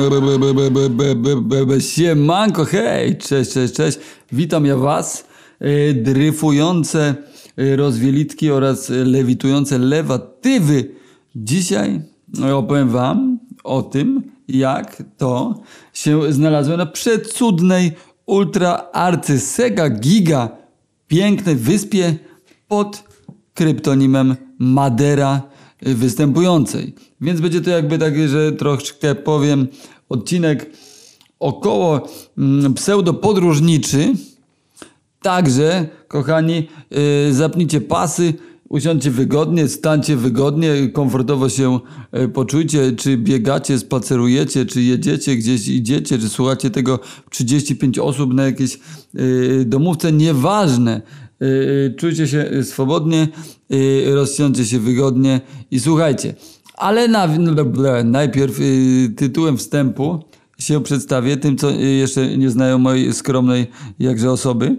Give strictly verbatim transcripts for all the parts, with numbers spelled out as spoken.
Siemanko, hej, cześć, cześć, cześć. Witam ja was, dryfujące rozwielitki oraz lewitujące lewatywy. Dzisiaj opowiem wam o tym, jak to się znalazłem na przecudnej, ultra arcy sega giga pięknej wyspie pod kryptonimem Madera występującej. Więc będzie to jakby taki, że troszkę powiem, odcinek około mm, pseudopodróżniczy. Także, kochani, yy, zapnijcie pasy, usiądźcie wygodnie, stańcie wygodnie, komfortowo się yy, poczujcie, czy biegacie, spacerujecie, czy jedziecie, gdzieś idziecie, czy słuchacie tego trzydzieści pięć osób na jakiejś yy, domówce, nieważne. Yy, czujcie się swobodnie, yy, rozsiądźcie się wygodnie i słuchajcie. Ale na, najpierw yy, tytułem wstępu się przedstawię tym, co jeszcze nie znają mojej skromnej jakże osoby.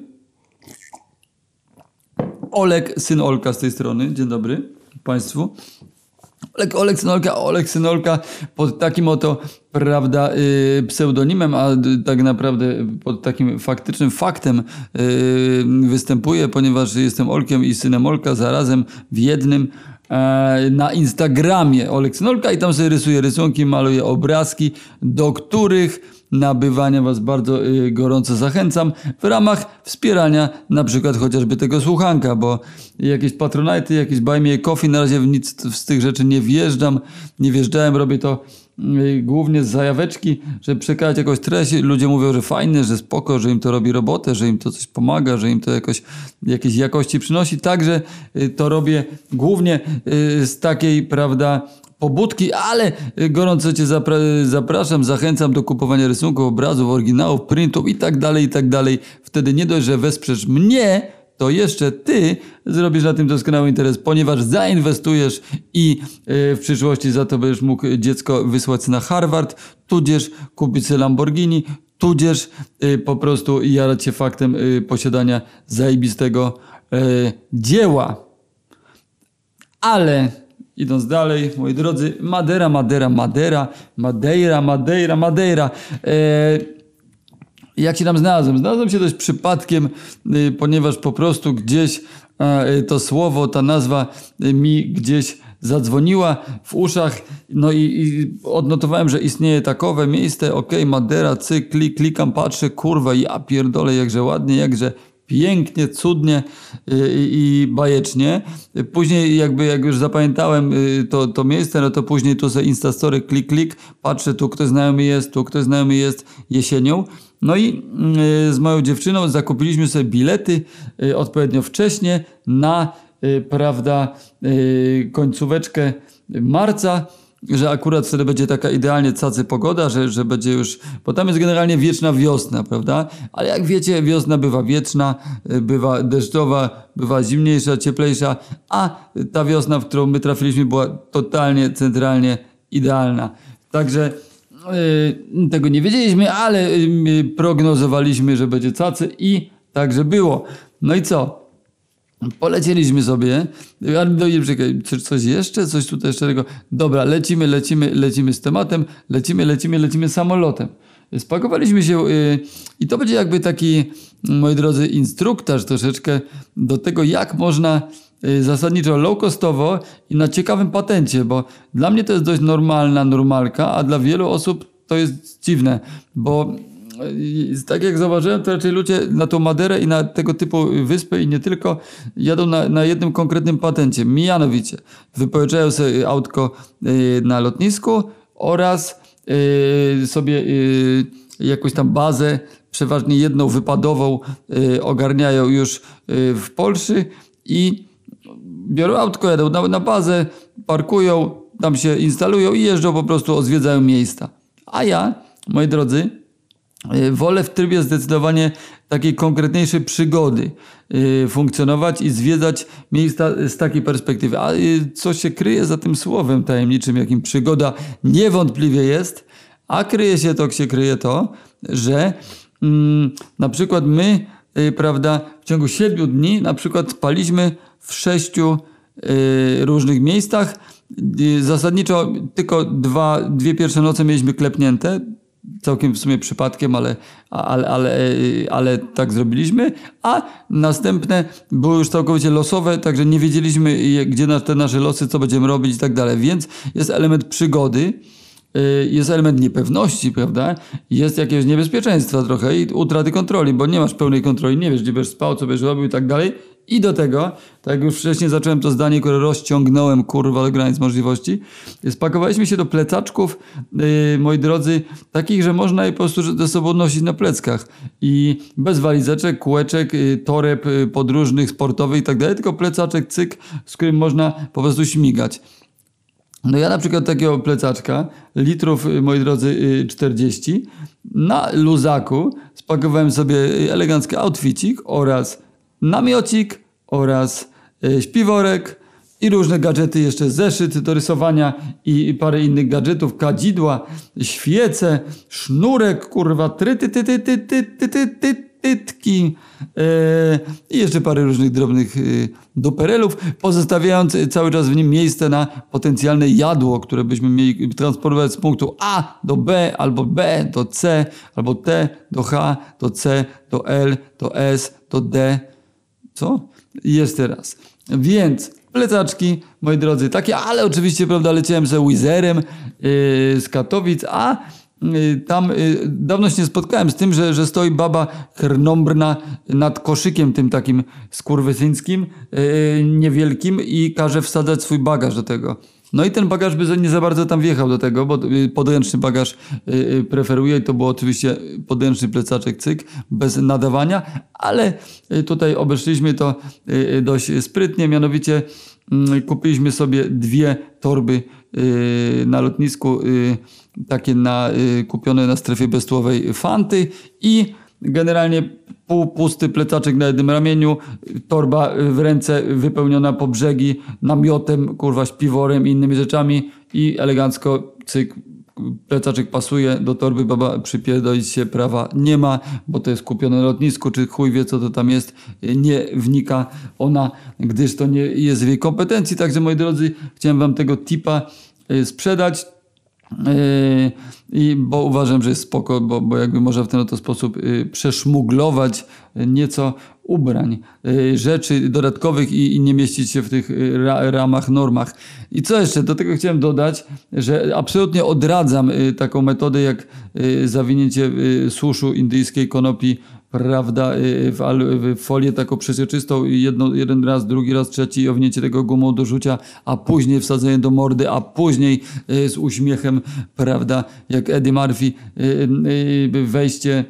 Olek, syn Olka z tej strony. Dzień dobry Państwu. Olek, Olek, syn Olka, Olek, syn Olka pod takim oto, prawda, yy, pseudonimem, a tak naprawdę pod takim faktycznym faktem yy, występuję, ponieważ jestem Olkiem i synem Olka zarazem w jednym na Instagramie Olek Syn Olka i tam sobie rysuję rysunki, maluję obrazki, do których nabywania was bardzo y, gorąco zachęcam w ramach wspierania na przykład chociażby tego słuchanka, bo jakieś Patronite'y, jakieś Buy Me a Coffee, na razie w nic z tych rzeczy nie wjeżdżam, nie wjeżdżałem, robię to y, głównie z zajaweczki, żeby przekazać jakąś treść. Ludzie mówią, że fajne, że spoko, że im to robi robotę, że im to coś pomaga, że im to jakoś, jakieś jakości przynosi, także y, to robię głównie y, z takiej, prawda, pobudki, ale gorąco cię zapra- zapraszam, zachęcam do kupowania rysunków, obrazów, oryginałów, printów i tak dalej, i tak dalej. Wtedy nie dość, że wesprzesz mnie, to jeszcze ty zrobisz na tym doskonały interes, ponieważ zainwestujesz i w przyszłości za to będziesz mógł dziecko wysłać na Harvard, tudzież kupić sobie Lamborghini, tudzież po prostu jarać się faktem posiadania zajebistego dzieła. Ale idąc dalej, moi drodzy, Madera, Madera, Madera, Madeira, Madeira, Madeira. Eee, jak się tam znalazłem? Znalazłem się dość przypadkiem, y, ponieważ po prostu gdzieś y, to słowo, ta nazwa y, mi gdzieś zadzwoniła w uszach, no i, i odnotowałem, że istnieje takowe miejsce, okej, okay, Madera, cyk, klik, klikam, patrzę, kurwa, ja pierdolę, jakże ładnie, jakże pięknie, cudnie i, i bajecznie. Później jakby jak już zapamiętałem to, to miejsce, no to później tu sobie Instastory, klik, klik, patrzę, tu ktoś znajomy jest, tu ktoś znajomy jest jesienią. No i y, z moją dziewczyną zakupiliśmy sobie bilety y, odpowiednio wcześnie na, y, prawda, y, końcóweczkę marca, że akurat wtedy będzie taka idealnie cacy pogoda, że, że będzie już, bo tam jest generalnie wieczna wiosna, prawda? Ale jak wiecie, wiosna bywa wieczna, bywa deszczowa, bywa zimniejsza, cieplejsza, a ta wiosna, w którą my trafiliśmy, była totalnie, centralnie idealna. Także yy, tego nie wiedzieliśmy, ale yy, prognozowaliśmy, że będzie cacy i także było. No i co? Polecieliśmy sobie, ale czekaj, czy coś jeszcze? Coś tutaj jeszcze tego? Dobra, lecimy, lecimy, lecimy z tematem, lecimy, lecimy, lecimy samolotem. Spakowaliśmy się yy, i to będzie jakby taki, moi drodzy, instruktaż troszeczkę do tego, jak można yy, zasadniczo low-costowo i na ciekawym patencie, bo dla mnie to jest dość normalna normalka, a dla wielu osób to jest dziwne, bo tak jak zauważyłem, to raczej ludzie na tą Maderę i na tego typu wyspy i nie tylko jadą na, na jednym konkretnym patencie. Mianowicie wypożyczają sobie autko y, na lotnisku oraz y, sobie y, jakąś tam bazę, przeważnie jedną wypadową y, ogarniają już y, w Polsce i biorą autko, jadą na, na bazę, parkują, tam się instalują i jeżdżą, po prostu odwiedzają miejsca. A ja, moi drodzy, wolę w trybie zdecydowanie takiej konkretniejszej przygody yy, funkcjonować i zwiedzać miejsca z takiej perspektywy. A yy, co się kryje za tym słowem tajemniczym, jakim przygoda niewątpliwie jest, a kryje się to, się kryje to, że yy, na przykład my, yy, prawda, w ciągu siedmiu dni na przykład spaliśmy w sześciu yy, różnych miejscach. Yy, zasadniczo tylko dwa, dwie pierwsze noce mieliśmy klepnięte. całkiem w sumie przypadkiem, ale, ale, ale, ale tak zrobiliśmy. A następne były już całkowicie losowe, także nie wiedzieliśmy, gdzie na te nasze losy, co będziemy robić i tak dalej. Więc jest element przygody, jest element niepewności, prawda? Jest jakiegoś niebezpieczeństwa trochę i utraty kontroli, bo nie masz pełnej kontroli, nie wiesz, gdzie będziesz spał, co będziesz robił i tak dalej. I do tego, tak jak już wcześniej zacząłem to zdanie, które rozciągnąłem, kurwa, do granic możliwości, spakowaliśmy się do plecaczków, yy, moi drodzy, takich, że można je po prostu ze sobą nosić na pleckach. I bez walizeczek, kółeczek, yy, toreb yy, podróżnych, sportowych i tak dalej, tylko plecaczek, cyk, z którym można po prostu śmigać. No ja na przykład takiego plecaczka, litrów, moi drodzy, czterdzieści, na luzaku spakowałem sobie elegancki outficik oraz namiocik oraz śpiworek i różne gadżety, jeszcze zeszyt do rysowania i parę innych gadżetów, kadzidła, świece, sznurek, kurwa, try, ty, ty, ty, ty, ty, ty, ty, ty. Tytki yy, i jeszcze parę różnych drobnych yy, duperelów, pozostawiając cały czas w nim miejsce na potencjalne jadło, które byśmy mieli transportować z punktu A do B, albo B do C, albo T do H, do C, do L, do S, do D. Co? I jeszcze raz. Więc plecaczki, moi drodzy, takie, ale oczywiście, prawda, leciałem ze Wizerem yy, z Katowic, a tam y, dawno się nie spotkałem z tym, że, że stoi baba krnąbrna nad koszykiem tym takim skurwysyńskim, y, niewielkim i każe wsadzać swój bagaż do tego. No i ten bagaż by nie za bardzo tam wjechał do tego, bo podręczny bagaż y, preferuje i to był oczywiście podręczny plecaczek cyk, bez nadawania, ale tutaj obeszliśmy to y, dość sprytnie, mianowicie y, kupiliśmy sobie dwie torby y, na lotnisku, y, takie na, y, kupione na strefie beztłowej Fanty i generalnie półpusty plecaczek na jednym ramieniu, torba w ręce wypełniona po brzegi namiotem, kurwa, śpiworem i innymi rzeczami i elegancko, cyk, plecaczek pasuje do torby, baba przypierdolić się prawa nie ma, bo to jest kupione na lotnisku, czy chuj wie co to tam jest, nie wnika ona, gdyż to nie jest w jej kompetencji. Także moi drodzy, chciałem wam tego tipa y, sprzedać. Yy, i bo uważam, że jest spoko, bo, bo jakby można w ten oto sposób yy, przeszmuglować nieco ubrań, yy, rzeczy dodatkowych i, i nie mieścić się w tych yy, ra, ramach, normach. I co jeszcze? Do tego chciałem dodać, że absolutnie odradzam yy, taką metodę jak yy, zawinięcie yy, suszu indyjskiej konopi, prawda, w, al, w folię taką przezroczystą jedno, jeden raz, drugi raz, trzeci, owinięcie tego gumą do rzucia, a później wsadzenie do mordy, a później y, z uśmiechem, prawda, jak Eddie Murphy, y, y, wejście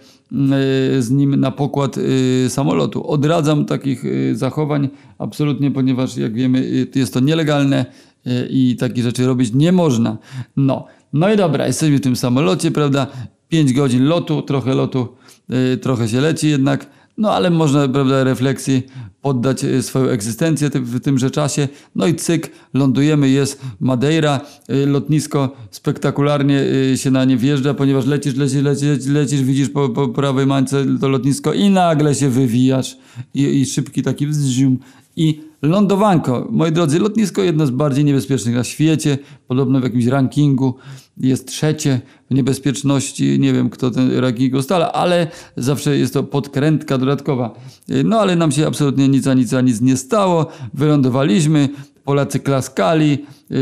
y, z nim na pokład y, samolotu. Odradzam takich y, zachowań absolutnie, ponieważ jak wiemy y, jest to nielegalne y, i takie rzeczy robić nie można. No, no i dobra, jesteśmy w tym samolocie, prawda, pięć godzin lotu, trochę lotu, Yy, trochę się leci jednak, no ale można, prawda, refleksji poddać yy, swoją egzystencję ty, w tymże czasie. No i cyk, lądujemy, jest Madeira, yy, lotnisko spektakularnie yy, się na nie wjeżdża, ponieważ lecisz, lecisz, lecisz, lecisz, widzisz po, po prawej mańce to lotnisko i nagle się wywijasz i, i szybki taki wzzium i lądowanko. Moi drodzy, lotnisko jedno z bardziej niebezpiecznych na świecie, podobno w jakimś rankingu jest trzecie w niebezpieczności, nie wiem kto ten ranking ustala, ale zawsze jest to podkrętka dodatkowa. No ale nam się absolutnie nic a nic a nic nie stało, wylądowaliśmy, Polacy klaskali,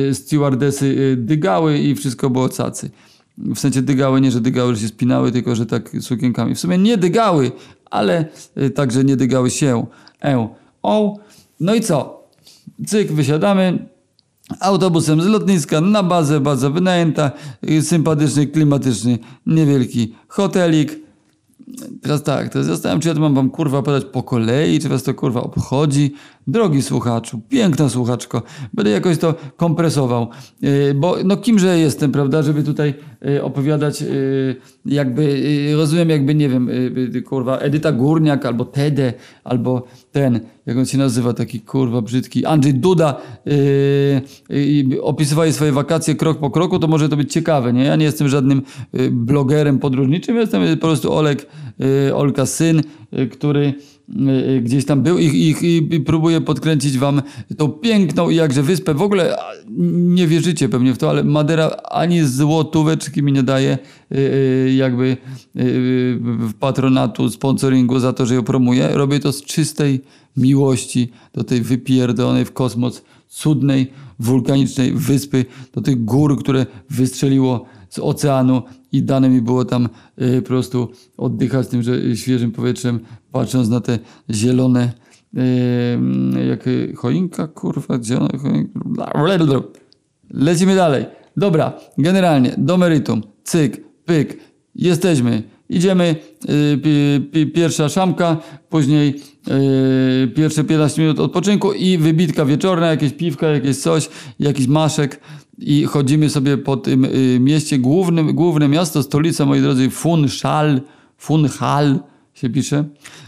stewardesy dygały i wszystko było cacy. W sensie dygały, nie że dygały, że się spinały, tylko że tak sukienkami. W sumie nie dygały, ale także nie dygały się. E, o, no i co? Cyk, wysiadamy autobusem z lotniska na bazę, baza wynajęta, sympatyczny, klimatyczny, niewielki hotelik. Teraz tak, teraz zastanawiam, czy ja to mam wam kurwa podać po kolei, czy was to kurwa obchodzi. Drogi słuchaczu, piękna słuchaczko, będę jakoś to kompresował, yy, bo no kimże jestem, prawda, żeby tutaj yy, opowiadać yy, jakby, yy, rozumiem jakby, nie wiem, yy, kurwa, Edyta Górniak, albo Tede, albo ten, jak on się nazywa, taki kurwa brzydki, Andrzej Duda, yy, yy, opisywali swoje wakacje krok po kroku, to może to być ciekawe, nie? Ja nie jestem żadnym yy, blogerem podróżniczym, jestem po prostu Olek, yy, Olka syn, yy, który y, gdzieś tam był i, i, i próbuję podkręcić wam tą piękną i jakże wyspę. W ogóle nie wierzycie pewnie w to, ale Madera ani złotóweczki mi nie daje y, y, jakby y, y, patronatu, sponsoringu za to, że ją promuję. Robię to z czystej miłości do tej wypierdolonej w kosmos cudnej, wulkanicznej wyspy, do tych gór, które wystrzeliło z oceanu i dane mi było tam y, po prostu oddychać tym, że świeżym powietrzem, patrząc na te zielone y, jak choinka, kurwa, zielone choinka. Lecimy dalej. Dobra, generalnie do meritum. Cyk, pyk, jesteśmy. Idziemy, y, pierwsza szamka, później y, pierwsze piętnaście minut odpoczynku i wybitka wieczorna, jakieś piwka, jakieś coś, jakiś maszek i chodzimy sobie po tym y, mieście głównym, główne miasto, stolica, moi drodzy, Funchal, Funchal się pisze,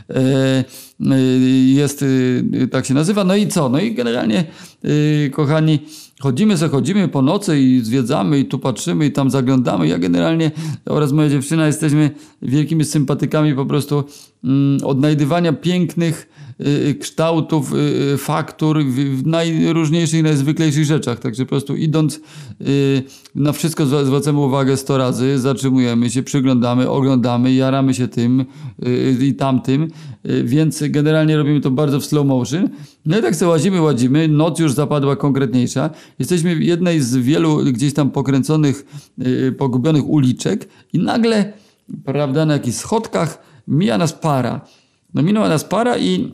y, y, jest, y, tak się nazywa, no i co, no i generalnie, y, kochani, chodzimy sobie, chodzimy po nocy i zwiedzamy i tu patrzymy i tam zaglądamy. Ja generalnie oraz moja dziewczyna jesteśmy wielkimi sympatykami po prostu mm, odnajdywania pięknych y, kształtów, y, faktur w, w najróżniejszych, najzwyklejszych rzeczach. Także po prostu idąc y, na wszystko zwracamy uwagę sto razy, zatrzymujemy się, przyglądamy, oglądamy, jaramy się tym y, i tamtym, y, więc generalnie robimy to bardzo w slow motion. No i tak sobie łazimy, łazimy, noc już zapadła konkretniejsza. Jesteśmy w jednej z wielu gdzieś tam pokręconych, yy, pogubionych uliczek i nagle, prawda, na jakichś schodkach mija nas para. No minęła nas para i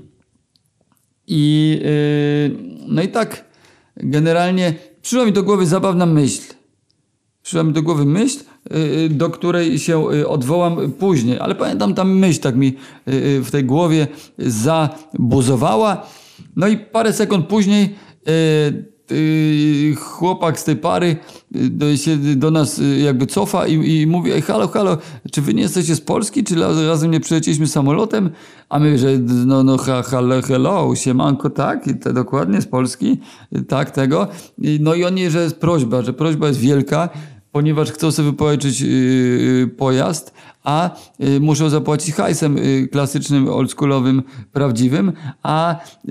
i yy, no i tak generalnie przyszła mi do głowy zabawna myśl. Przyszła mi do głowy myśl, yy, do której się yy, odwołam później, ale pamiętam ta myśl tak mi yy, w tej głowie zabuzowała. No i parę sekund później yy, Yy, chłopak z tej pary do, się do nas jakby cofa i, i mówi: ej, halo, halo, czy wy nie jesteście z Polski, czy razem nie przyleciliśmy samolotem? A my, że no, no ha, hello, hello, siemanko, tak, i te, dokładnie z Polski, tak, tego. I, no i oni, że jest prośba, że prośba jest wielka, ponieważ chcą sobie wypożyczyć yy, pojazd, a y, muszą zapłacić hajsem y, klasycznym, oldschoolowym, prawdziwym, a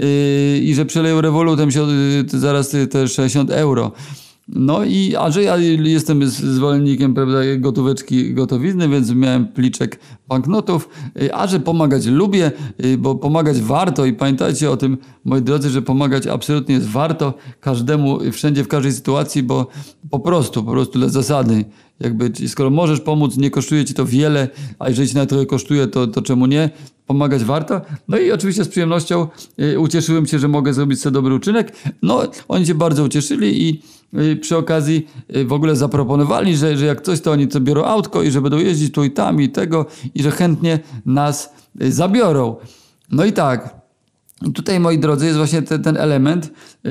y, i że przeleją rewolutem się y, zaraz y, te sześćdziesiąt euro. No i, a że ja jestem zwolennikiem, prawda, gotóweczki, gotowizny, więc miałem pliczek banknotów, a że pomagać lubię, bo pomagać warto i pamiętajcie o tym, moi drodzy, że pomagać absolutnie jest warto każdemu, wszędzie, w każdej sytuacji, bo po prostu, po prostu dla zasady. Jakby, skoro możesz pomóc, nie kosztuje ci to wiele, a jeżeli ci nawet trochę kosztuje, to, to czemu nie? Pomagać warto. No i oczywiście z przyjemnością y, ucieszyłem się, że mogę zrobić sobie dobry uczynek. No, oni się bardzo ucieszyli i y, przy okazji y, w ogóle zaproponowali, że, że jak coś, to oni to biorą autko i że będą jeździć tu i tam i tego i że chętnie nas y, zabiorą. No i tak. Tutaj, moi drodzy, jest właśnie te, ten element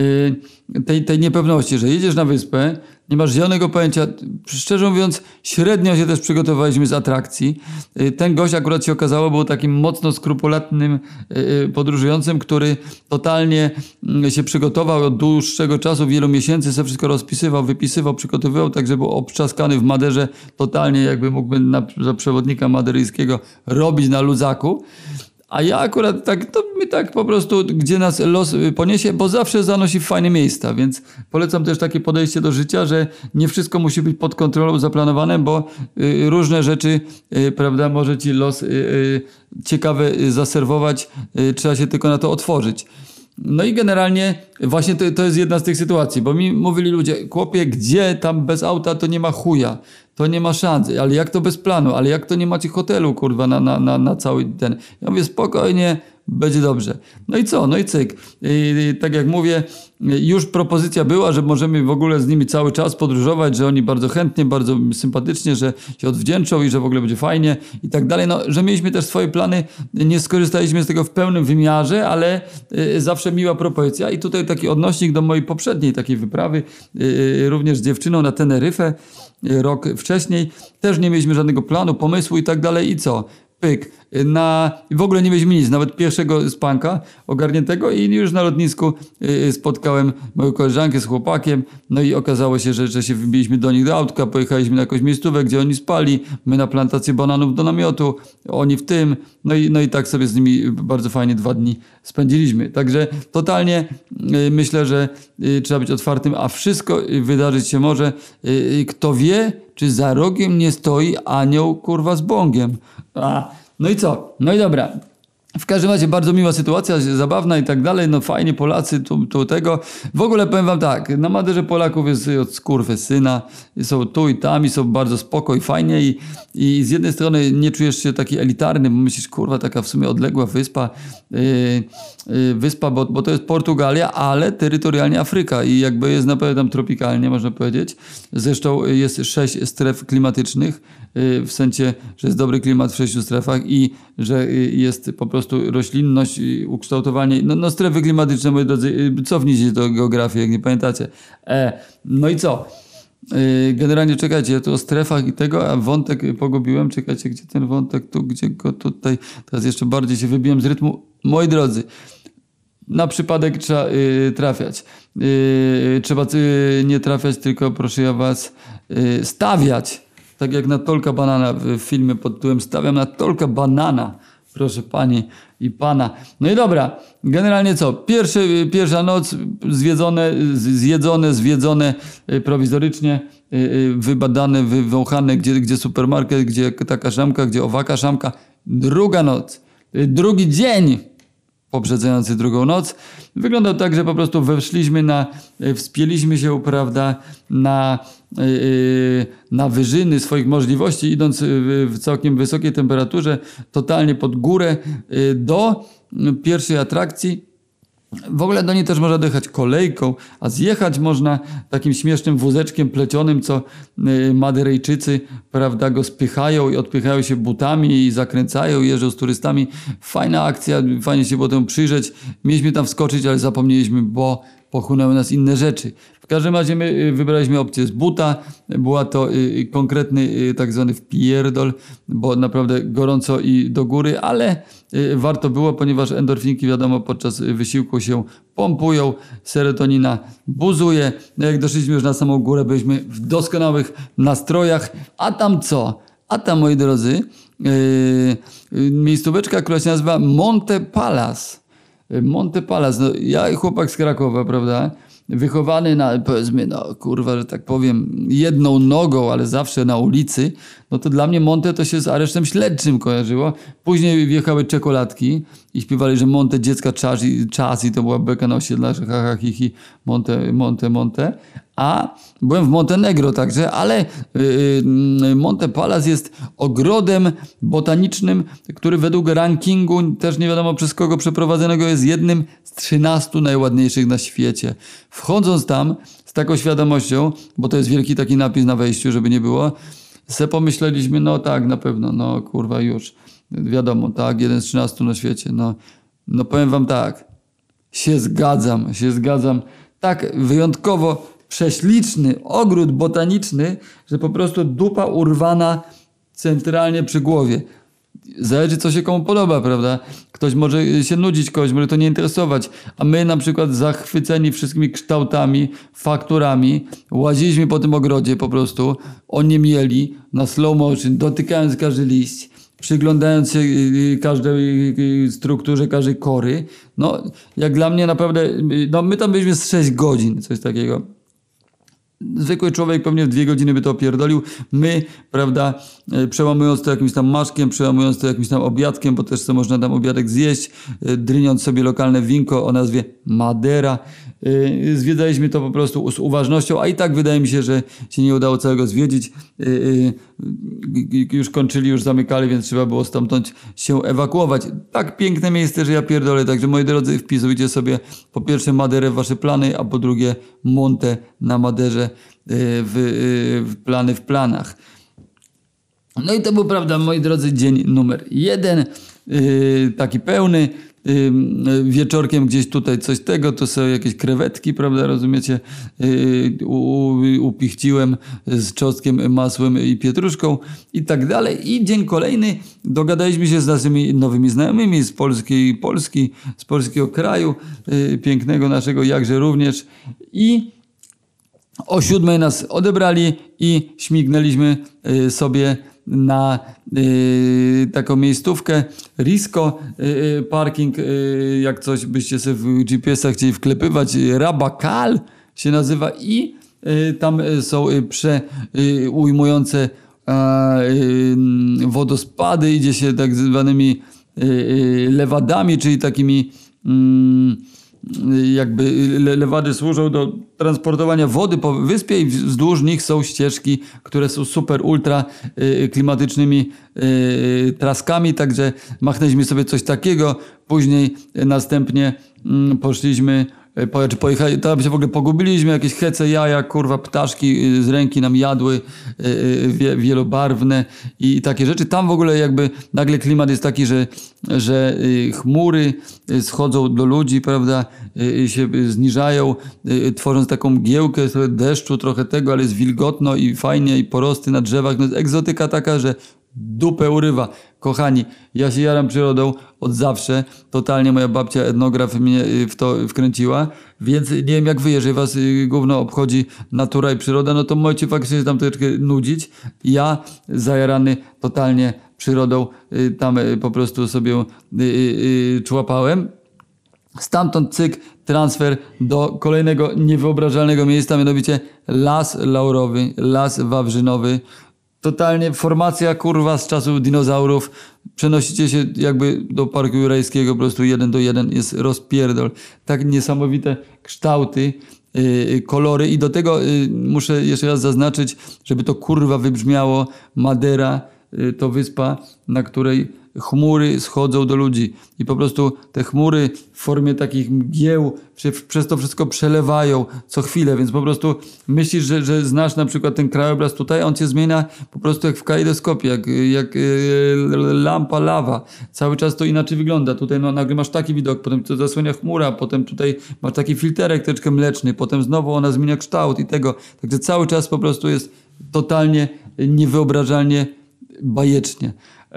yy, tej, tej niepewności, że jedziesz na wyspę, nie masz zielonego pojęcia. Szczerze mówiąc, średnio się też przygotowaliśmy z atrakcji. Yy, ten gość akurat się okazało, był takim mocno skrupulatnym yy, podróżującym, który totalnie yy, się przygotował od dłuższego czasu, wielu miesięcy, sobie wszystko rozpisywał, wypisywał, przygotowywał, tak żeby był obtrzaskany w Maderze totalnie, jakby mógłby na, za przewodnika maderyjskiego robić na luzaku. A ja akurat tak, to mi tak po prostu, gdzie nas los poniesie, bo zawsze zanosi w fajne miejsca, więc polecam też takie podejście do życia, że nie wszystko musi być pod kontrolą zaplanowane, bo y, różne rzeczy, y, prawda, może ci los y, y, ciekawe zaserwować, y, trzeba się tylko na to otworzyć. No i generalnie właśnie to, to jest jedna z tych sytuacji, bo mi mówili ludzie: chłopie, gdzie tam bez auta to nie ma chuja, to nie ma szans, ale jak to bez planu, ale jak to nie macie hotelu, kurwa, na, na, na, na cały ten. Ja mówię: spokojnie, będzie dobrze. No i co? No i cyk. I, i, tak jak mówię, już propozycja była, że możemy w ogóle z nimi cały czas podróżować, że oni bardzo chętnie, bardzo sympatycznie, że się odwdzięczą i że w ogóle będzie fajnie i tak dalej. No, że mieliśmy też swoje plany, nie skorzystaliśmy z tego w pełnym wymiarze, ale y, zawsze miła propozycja. I tutaj taki odnośnik do mojej poprzedniej takiej wyprawy, y, również z dziewczyną na Teneryfę, y, rok wcześniej. Też nie mieliśmy żadnego planu, pomysłu i tak dalej. I co? Pyk. na... W ogóle nie mieliśmy nic, nawet pierwszego spanka ogarniętego i już na lotnisku spotkałem moją koleżankę z chłopakiem, no i okazało się, że, że się wybiliśmy do nich do autka, pojechaliśmy na jakąś miejscówę, gdzie oni spali, my na plantację bananów do namiotu, oni w tym, no i, no i tak sobie z nimi bardzo fajnie dwa dni spędziliśmy. Także totalnie myślę, że trzeba być otwartym, a wszystko wydarzyć się może. Kto wie, czy za rogiem nie stoi anioł kurwa z bągiem. A, no i co? No i dobra. W każdym razie bardzo miła sytuacja, zabawna i tak dalej, no fajnie Polacy tu, tu tego. W ogóle powiem wam tak, na Maderze Polaków jest od skurwysyna, są tu i tam i są bardzo spoko i fajnie i, i z jednej strony nie czujesz się taki elitarny, bo myślisz, kurwa, taka w sumie odległa wyspa, yy, yy, wyspa, bo, bo to jest Portugalia, ale terytorialnie Afryka i jakby jest naprawdę tam tropikalnie, można powiedzieć. Zresztą jest sześć stref klimatycznych, yy, w sensie, że jest dobry klimat w sześciu strefach i że yy, jest po prostu roślinność, ukształtowanie, no, no strefy klimatyczne, moi drodzy, cofnijcie do geografii, jak nie pamiętacie. E, no i co? E, generalnie czekajcie, ja tu o strefach i tego, a wątek pogubiłem, czekajcie, gdzie ten wątek, tu, gdzie go tutaj, teraz jeszcze bardziej się wybiłem z rytmu. Moi drodzy, na przypadek trzeba y, trafiać. Y, trzeba y, nie trafiać, tylko proszę ja was y, stawiać. Tak jak na Tolka Banana w filmie pod tytułem Stawiam na Tolka Banana. Proszę pani i pana. No i dobra, generalnie co? Pierwszy, pierwsza noc zwiedzone, zjedzone, zwiedzone prowizorycznie, wybadane, wywąchane, gdzie, gdzie supermarket, gdzie taka szamka, gdzie owaka szamka. Druga noc, drugi dzień poprzedzający drugą noc wyglądał tak, że po prostu weszliśmy na, wspięliśmy się, prawda, na, yy, na wyżyny swoich możliwości, idąc w całkiem wysokiej temperaturze, totalnie pod górę yy, do pierwszej atrakcji. W ogóle do niej też można dojechać kolejką, a zjechać można takim śmiesznym wózeczkiem plecionym, co Maderejczycy, prawda, go spychają i odpychają się butami i zakręcają, jeżdżą z turystami. Fajna akcja, fajnie się było temu przyjrzeć. Mieliśmy tam wskoczyć, ale zapomnieliśmy, bo pochłonęły nas inne rzeczy. W każdym razie my wybraliśmy opcję z buta. Była to konkretny tak zwany wpierdol, bo naprawdę gorąco i do góry, ale warto było, ponieważ endorfinki, wiadomo, podczas wysiłku się pompują, serotonina buzuje. No jak doszliśmy już na samą górę, byliśmy w doskonałych nastrojach. A tam co? A tam, moi drodzy, yy, miejscóweczka, która się nazywa Monte Palace. Monte Palace. No, ja chłopak z Krakowa, prawda? Wychowany na, powiedzmy, no kurwa, że tak powiem, jedną nogą, ale zawsze na ulicy, no to dla mnie Monte to się z aresztem śledczym kojarzyło. Później wjechały czekoladki i śpiewali, że Monte dziecka czas i, czas i to była beka na osiedlarze, ha, ha, hi, hi, Monte, Monte, Monte. A byłem w Montenegro także, ale yy, Monte Palace jest ogrodem botanicznym, który według rankingu, też nie wiadomo przez kogo przeprowadzonego, jest jednym z trzynastu najładniejszych na świecie. Wchodząc tam z taką świadomością, bo to jest wielki taki napis na wejściu, żeby nie było, se pomyśleliśmy, no tak, na pewno, no kurwa już, wiadomo, tak, jeden z trzynastu na świecie, no, no powiem wam tak, się zgadzam, się zgadzam, tak wyjątkowo prześliczny ogród botaniczny, że po prostu dupa urwana centralnie przy głowie. Zależy, co się komu podoba, prawda? Ktoś może się nudzić, kogoś może to nie interesować, a my na przykład zachwyceni wszystkimi kształtami, fakturami, łaziliśmy po tym ogrodzie po prostu, oniemieli na slow motion, dotykając każdy liść, przyglądając się każdej strukturze, każdej kory. No, jak dla mnie naprawdę, no my tam byliśmy z sześć godzin, coś takiego. Zwykły człowiek pewnie w dwie godziny by to opierdolił. My, prawda, przełamując to jakimś tam maszkiem, przełamując to jakimś tam obiadkiem, bo też co można tam obiadek zjeść, dryniąc sobie lokalne winko o nazwie Madera. Zwiedzaliśmy to po prostu z uważnością, a i tak wydaje mi się, że się nie udało całego zwiedzić. Już kończyli, już zamykali, więc trzeba było stamtąd się ewakuować. Tak piękne miejsce, że ja pierdolę. Także moi drodzy, wpisujcie sobie po pierwsze Maderę w wasze plany, a po drugie Monte na Maderze w, w plany w planach. No i to był, prawda, moi drodzy, dzień numer jeden, yy, taki pełny. wieczorkiem gdzieś tutaj coś tego, to sobie jakieś krewetki, prawda, rozumiecie, upichciłem z czosnkiem, masłem i pietruszką i tak dalej. I dzień kolejny dogadaliśmy się z naszymi nowymi znajomymi z polskiej Polski, z polskiego kraju, pięknego naszego jakże również. I o siódmej nas odebrali i śmignęliśmy sobie na y, taką miejscówkę Risco y, parking, y, jak coś byście sobie w G P S-ach chcieli wklepywać, Rabakal się nazywa i y, tam są y, przeujmujące y, wodospady, idzie się tak zwanymi y, y, lewadami, czyli takimi y, jakby lewady służą do transportowania wody po wyspie i wzdłuż nich są ścieżki, które są super ultra y, klimatycznymi y, traskami, także machnęliśmy sobie coś takiego, później y, następnie y, poszliśmy Po, czy pojechali, tam się w ogóle pogubiliśmy, jakieś hece, jaja, kurwa, ptaszki z ręki nam jadły, wie, wielobarwne i takie rzeczy. Tam w ogóle jakby nagle klimat jest taki, że, że chmury schodzą do ludzi, prawda, się zniżają, tworząc taką mgiełkę, trochę deszczu, trochę tego, ale jest wilgotno i fajnie i porosty na drzewach. No, egzotyka taka, że dupę urywa. Kochani, ja się jaram przyrodą od zawsze. Totalnie moja babcia etnograf mnie w to wkręciła. Więc nie wiem jak wy, jeżeli was gówno obchodzi natura i przyroda, no to możecie faktycznie tam troszeczkę nudzić. Ja zajarany totalnie przyrodą tam po prostu sobie człapałem. Stamtąd cyk, transfer do kolejnego niewyobrażalnego miejsca, mianowicie Las Laurowy, Las Wawrzynowy. Totalnie formacja kurwa z czasów dinozaurów. Przenosicie się jakby do Parku Jurajskiego, po prostu jeden do jeden jest rozpierdol. Tak niesamowite kształty, yy, kolory i do tego yy, muszę jeszcze raz zaznaczyć, żeby to kurwa wybrzmiało, Madera yy, to wyspa, na której chmury schodzą do ludzi i po prostu te chmury w formie takich mgieł się przez to wszystko przelewają co chwilę, więc po prostu myślisz, że, że znasz na przykład ten krajobraz tutaj, on cię zmienia po prostu jak w kalejdoskopie, jak, jak yy, lampa lawa. Cały czas to inaczej wygląda. Tutaj no, nagle masz taki widok, potem to zasłania chmura, potem tutaj masz taki filterek troszeczkę mleczny, potem znowu ona zmienia kształt i tego. Także cały czas po prostu jest totalnie niewyobrażalnie bajecznie.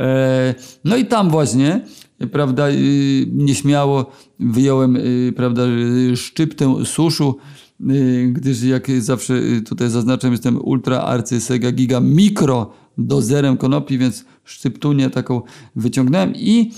No i tam właśnie, prawda, nieśmiało wyjąłem, prawda, szczyptę suszu, gdyż jak zawsze tutaj zaznaczam, jestem ultra arcy sega giga mikro dozerem konopi, więc szczyptunię taką wyciągnąłem i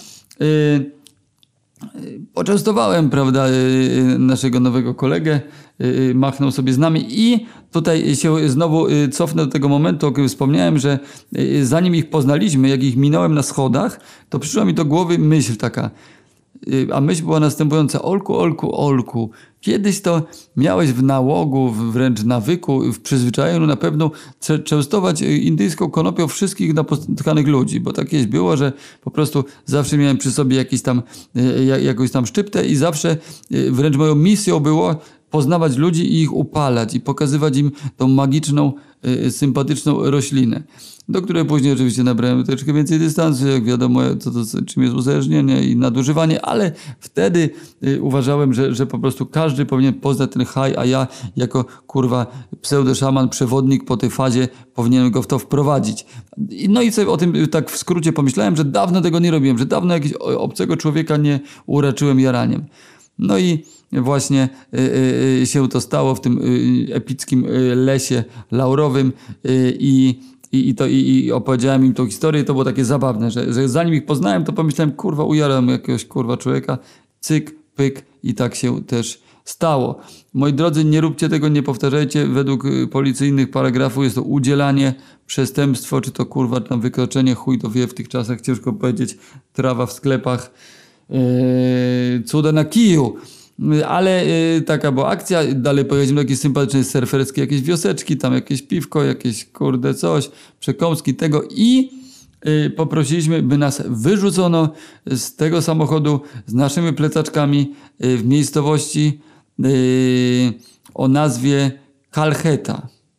poczęstowałem, prawda, naszego nowego kolegę, machnął sobie z nami i tutaj się znowu cofnę do tego momentu, o którym wspomniałem, że zanim ich poznaliśmy, jak ich minąłem na schodach, to przyszła mi do głowy myśl taka, a myśl była następująca: Olku, Olku, Olku, kiedyś to miałeś w nałogu, wręcz nawyku, w przyzwyczajeniu na pewno częstować indyjską konopią wszystkich napotkanych ludzi, bo tak kiedyś było, że po prostu zawsze miałem przy sobie jakiś tam, jakąś tam szczyptę i zawsze wręcz moją misją było poznawać ludzi i ich upalać i pokazywać im tą magiczną, sympatyczną roślinę, do której później oczywiście nabrałem troszeczkę więcej dystansu, jak wiadomo, co to, czym jest uzależnienie i nadużywanie, ale wtedy y, uważałem, że, że po prostu każdy powinien poznać ten haj, a ja jako kurwa pseudoszaman, przewodnik po tej fazie powinienem go w to wprowadzić. No i sobie o tym tak w skrócie pomyślałem, że dawno tego nie robiłem, że dawno jakiegoś obcego człowieka nie uraczyłem jaraniem. No i właśnie y, y, się to stało w tym y, epickim y, lesie laurowym y, i I, i, to, i, i opowiedziałem im tą historię i to było takie zabawne, że, że zanim ich poznałem, to pomyślałem, kurwa, ujaram jakiegoś kurwa człowieka, cyk, pyk i tak się też stało. Moi drodzy, nie róbcie tego, nie powtarzajcie. Według policyjnych paragrafów jest to udzielanie, przestępstwo, czy to kurwa tam wykroczenie, chuj to wie w tych czasach, ciężko powiedzieć, trawa w sklepach, yy, cuda na kiju. Ale y, taka była akcja, dalej pojechaliśmy do jakiejś sympatycznej surferskiej, jakieś wioseczki, tam jakieś piwko, jakieś kurde coś, przekąski tego i y, poprosiliśmy, by nas wyrzucono z tego samochodu z naszymi plecaczkami y, w miejscowości y, o nazwie Calheta.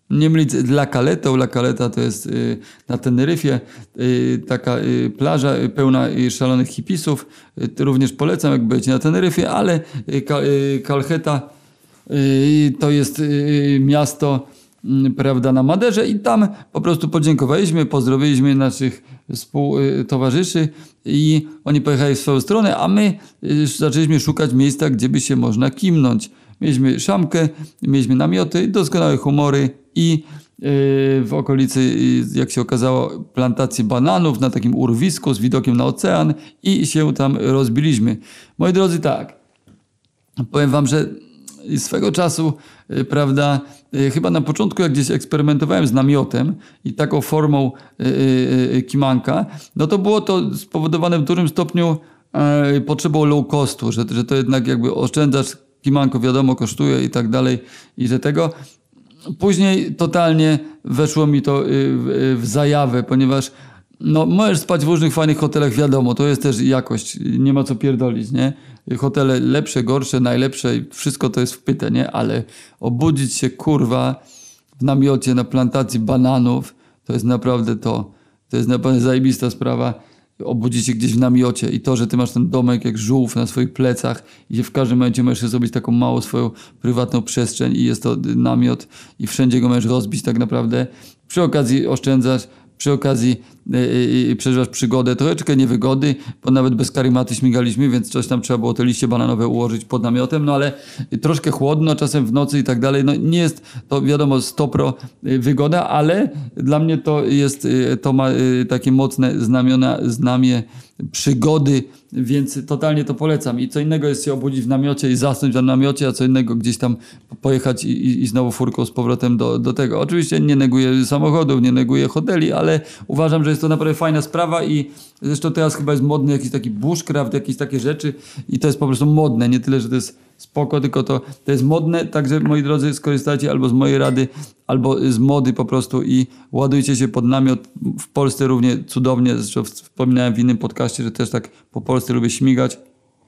Nie mylić z La Caletą. La Caleta to jest y, na Teneryfie y, taka y, plaża y, pełna y, szalonych hipisów. Y, również polecam, jak będziecie na Teneryfie, ale y, Ka, y, Calheta y, to jest y, miasto, y, prawda, na Maderze i tam po prostu podziękowaliśmy, pozdrowiliśmy naszych współtowarzyszy i oni pojechali w swoją stronę, a my y, zaczęliśmy szukać miejsca, gdzie by się można kimnąć. Mieliśmy szamkę, mieliśmy namioty, doskonałe humory i yy, w okolicy, yy, jak się okazało, plantacje bananów na takim urwisku z widokiem na ocean i się tam rozbiliśmy. Moi drodzy, tak, powiem wam, że swego czasu, yy, prawda, yy, chyba na początku, jak gdzieś eksperymentowałem z namiotem i taką formą yy, yy, kimanka, no to było to spowodowane w dużym stopniu yy, potrzebą low costu, że, że to jednak jakby oszczędzasz. Kimanko wiadomo kosztuje i tak dalej i że tego. Później totalnie weszło mi to w, w zajawę, ponieważ no, możesz spać w różnych fajnych hotelach, wiadomo, to jest też jakość, nie ma co pierdolić, nie? Hotele lepsze, gorsze, najlepsze, wszystko to jest wpyte, nie? Ale obudzić się, kurwa, w namiocie na plantacji bananów, to jest naprawdę to. To jest naprawdę zajebista sprawa. Obudzić się gdzieś w namiocie i to, że ty masz ten domek jak żółw na swoich plecach i w każdym momencie możesz zrobić taką małą swoją prywatną przestrzeń i jest to namiot i wszędzie go możesz rozbić tak naprawdę. Przy okazji oszczędzasz, przy okazji yy, yy, przeżywasz przygodę, troszeczkę niewygody, bo nawet bez karimaty śmigaliśmy, więc coś tam trzeba było te liście bananowe ułożyć pod namiotem, no ale troszkę chłodno, czasem w nocy i tak dalej. No nie jest to wiadomo sto procent wygoda, ale dla mnie to jest, to ma takie mocne znamiona, znamie przygody, więc totalnie to polecam. I co innego jest się obudzić w namiocie i zasnąć w namiocie, a co innego gdzieś tam pojechać i, i znowu furką z powrotem do, do tego. Oczywiście nie neguję samochodów, nie neguję hoteli, ale uważam, że jest to naprawdę fajna sprawa i zresztą teraz chyba jest modny jakiś taki bushcraft, jakieś takie rzeczy i to jest po prostu modne. Nie tyle, że to jest spoko, tylko to, to jest modne, także moi drodzy, skorzystajcie albo z mojej rady, albo z mody po prostu i ładujcie się pod namiot. W Polsce równie cudownie, zresztą wspominałem w innym podcaście, że też tak po Polsce lubię śmigać.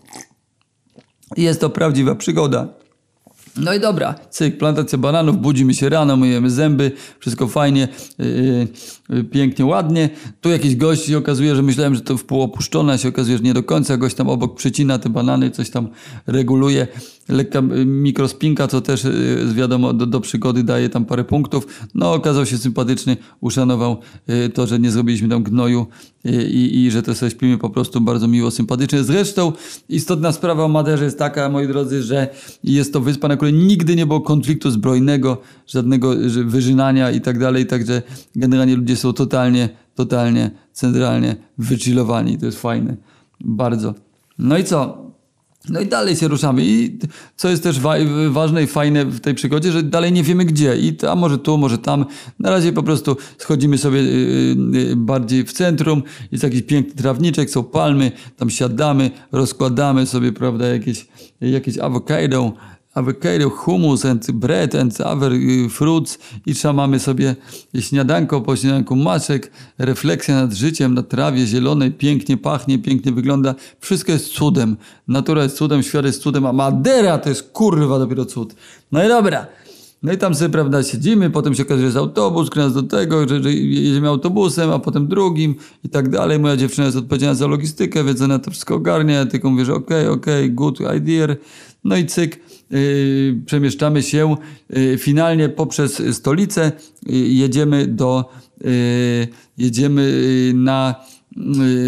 I jest to prawdziwa przygoda. No i dobra, cyk, plantacja bananów, budzimy się rano, myjemy zęby, wszystko fajnie, yy, yy, pięknie, ładnie. Tu jakiś gość się okazuje, że myślałem, że to wpół opuszczone, a się okazuje, że nie do końca. Gość tam obok przycina te banany, coś tam reguluje. Lekka yy, mikrospinka, co też yy, wiadomo do, do przygody daje tam parę punktów. No okazał się sympatyczny, uszanował yy, to, że nie zrobiliśmy tam gnoju yy, i, i że to sobie śpimy po prostu bardzo miło, sympatycznie. Zresztą istotna sprawa o Maderze jest taka, moi drodzy, że jest to wyspa, na której nigdy nie było konfliktu zbrojnego, żadnego wyżynania i tak dalej, także generalnie ludzie są totalnie, totalnie, centralnie wychillowani. To jest fajne. Bardzo. No i co? No i dalej się ruszamy. I co jest też wa ważne i fajne w tej przygodzie, że dalej nie wiemy gdzie. I a może tu, może tam. Na razie po prostu schodzimy sobie yy, bardziej w centrum. Jest jakiś piękny trawniczek, są palmy. Tam siadamy, rozkładamy sobie, prawda, jakieś, jakieś awokado, avocado, hummus and bread and other fruits i trzymamy sobie śniadanko, po śniadanku maczek, refleksja nad życiem, na trawie zielonej, pięknie pachnie, pięknie wygląda. Wszystko jest cudem. Natura jest cudem, świat jest cudem, a Madera to jest kurwa dopiero cud. No i dobra. No i tam sobie, prawda, siedzimy, potem się okazuje, że jest autobus, który nas do tego, że, że jedziemy autobusem, a potem drugim i tak dalej. Moja dziewczyna jest odpowiedzialna za logistykę, więc ona to wszystko ogarnia. Ja tylko mówię, że okej, okay, okej, okay, good idea. No i cyk, yy, przemieszczamy się yy, finalnie poprzez stolicę, yy, jedziemy do, yy, jedziemy na, yy,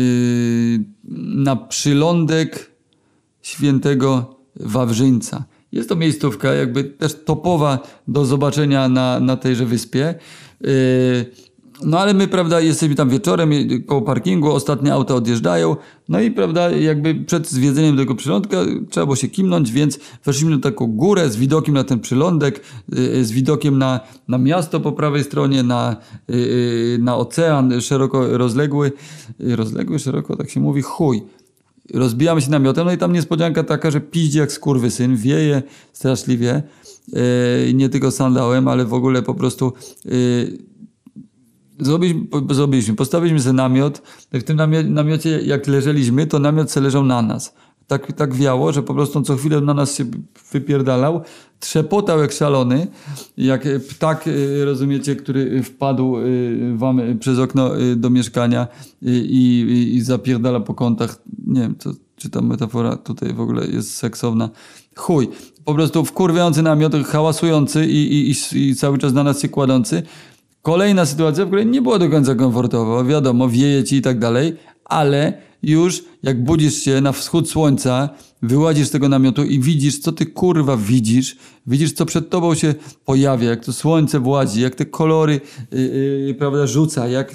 na przylądek Świętego Wawrzyńca. Jest to miejscówka jakby też topowa do zobaczenia na, na tejże wyspie. Yy, no ale my, prawda, jesteśmy tam wieczorem koło parkingu, ostatnie auta odjeżdżają. No i, prawda, jakby przed zwiedzeniem tego przylądka trzeba było się kimnąć, więc weszliśmy na taką górę z widokiem na ten przylądek, yy, z widokiem na, na miasto po prawej stronie, na, yy, na ocean szeroko rozległy. Yy, rozległy, szeroko, tak się mówi, chuj. Rozbijamy się namiotem, no i tam niespodzianka taka, że piździ jak skurwysyn, wieje straszliwie, yy, nie tylko sandałem, ale w ogóle po prostu yy, zrobiliśmy, zrobiliśmy, postawiliśmy sobie namiot, w tym namiocie jak leżeliśmy, to namiot se leżał na nas. tak, tak wiało, że po prostu on co chwilę na nas się wypierdalał, trzepotał jak szalony, jak ptak, rozumiecie, który wpadł wam przez okno do mieszkania i, i, i zapierdala po kątach. Nie wiem, to, czy ta metafora tutaj w ogóle jest seksowna. Chuj. Po prostu wkurwiający namiot, hałasujący i, i, i cały czas na nas się kładący. Kolejna sytuacja, w której nie było do końca komfortowo. Wiadomo, wieje ci i tak dalej, ale już jak budzisz się na wschód słońca, wyłazisz z tego namiotu i widzisz, co ty kurwa widzisz. Widzisz, co przed tobą się pojawia, jak to słońce włazi, jak te kolory yy, yy, prawda, rzuca, jak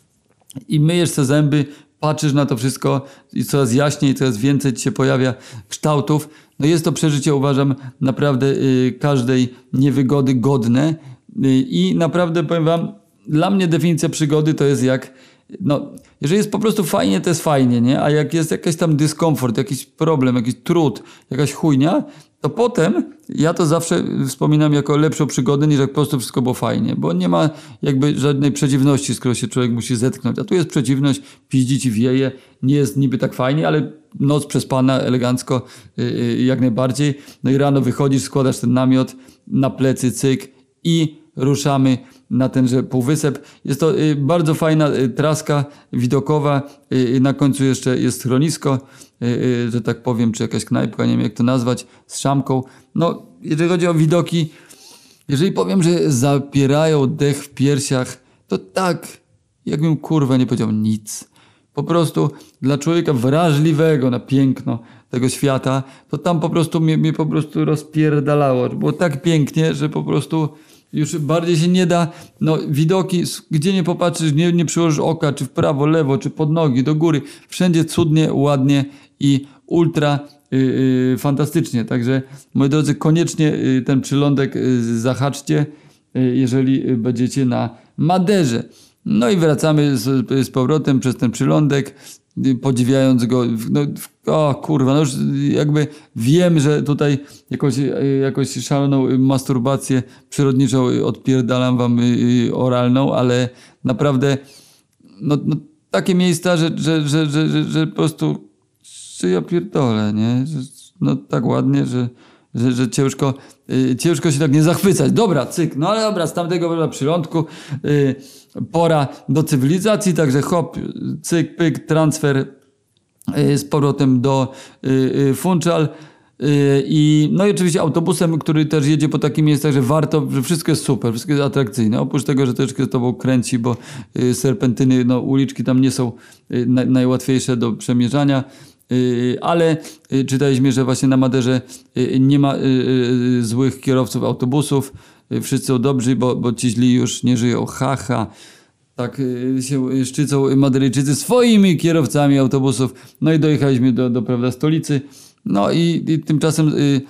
i myjesz te zęby, patrzysz na to wszystko i coraz jaśniej, coraz więcej ci się pojawia kształtów. No jest to przeżycie, uważam, naprawdę yy, każdej niewygody godne yy, i naprawdę powiem wam, dla mnie definicja przygody to jest jak, no, jeżeli jest po prostu fajnie, to jest fajnie, nie? A jak jest jakiś tam dyskomfort, jakiś problem, jakiś trud, jakaś chujnia, to potem ja to zawsze wspominam jako lepszą przygodę, niż jak po prostu wszystko było fajnie, bo nie ma jakby żadnej przeciwności, z którą się człowiek musi zetknąć. A tu jest przeciwność, piździ ci wieje, nie jest niby tak fajnie, ale noc przespana elegancko, yy, jak najbardziej. No i rano wychodzisz, składasz ten namiot na plecy, cyk i ruszamy na tenże półwysep. Jest to y, bardzo fajna y, traska widokowa. Y, na końcu jeszcze jest schronisko, y, y, że tak powiem, czy jakaś knajpka, nie wiem jak to nazwać, z szamką. No, jeżeli chodzi o widoki, jeżeli powiem, że zapierają dech w piersiach, to tak, jakbym kurwa nie powiedział nic. Po prostu dla człowieka wrażliwego na piękno tego świata, to tam po prostu mnie, mnie po prostu rozpierdalało. Było tak pięknie, że po prostu już bardziej się nie da, no widoki, gdzie nie popatrzysz, nie, nie przyłożysz oka, czy w prawo, lewo, czy pod nogi, do góry, wszędzie cudnie, ładnie i ultra yy, yy, fantastycznie. Także moi drodzy, koniecznie yy, ten przylądek yy, zahaczcie, yy, jeżeli będziecie na Maderze. No i wracamy z, z powrotem przez ten przylądek, podziwiając go, no, o kurwa, no już jakby wiem, że tutaj jakąś, jakąś szaloną masturbację przyrodniczą odpierdalam wam oralną, ale naprawdę no, no takie miejsca, że, że, że, że, że, że po prostu że ja pierdolę, nie? Że, no tak ładnie, że, że, że ciężko, yy, ciężko się tak nie zachwycać. Dobra, cyk, no ale dobra, z tamtego przylądku yy, pora do cywilizacji, także hop, cyk, pyk, transfer yy, z powrotem do yy, Funchal. Yy, I no i oczywiście autobusem, który też jedzie po takich miejscach, że warto, że wszystko jest super, wszystko jest atrakcyjne. Oprócz tego, że troszeczkę z tobą kręci, bo yy, serpentyny, no uliczki tam nie są yy, na, najłatwiejsze do przemierzania. Yy, ale yy, czytaliśmy, że właśnie na Maderze yy, nie ma yy, złych kierowców autobusów. Yy, wszyscy są dobrzy, bo, bo ci źli już nie żyją. Ha, ha. Tak yy, się szczycą Maderyjczycy swoimi kierowcami autobusów. No i dojechaliśmy do, do prawda, stolicy. No i, i tymczasem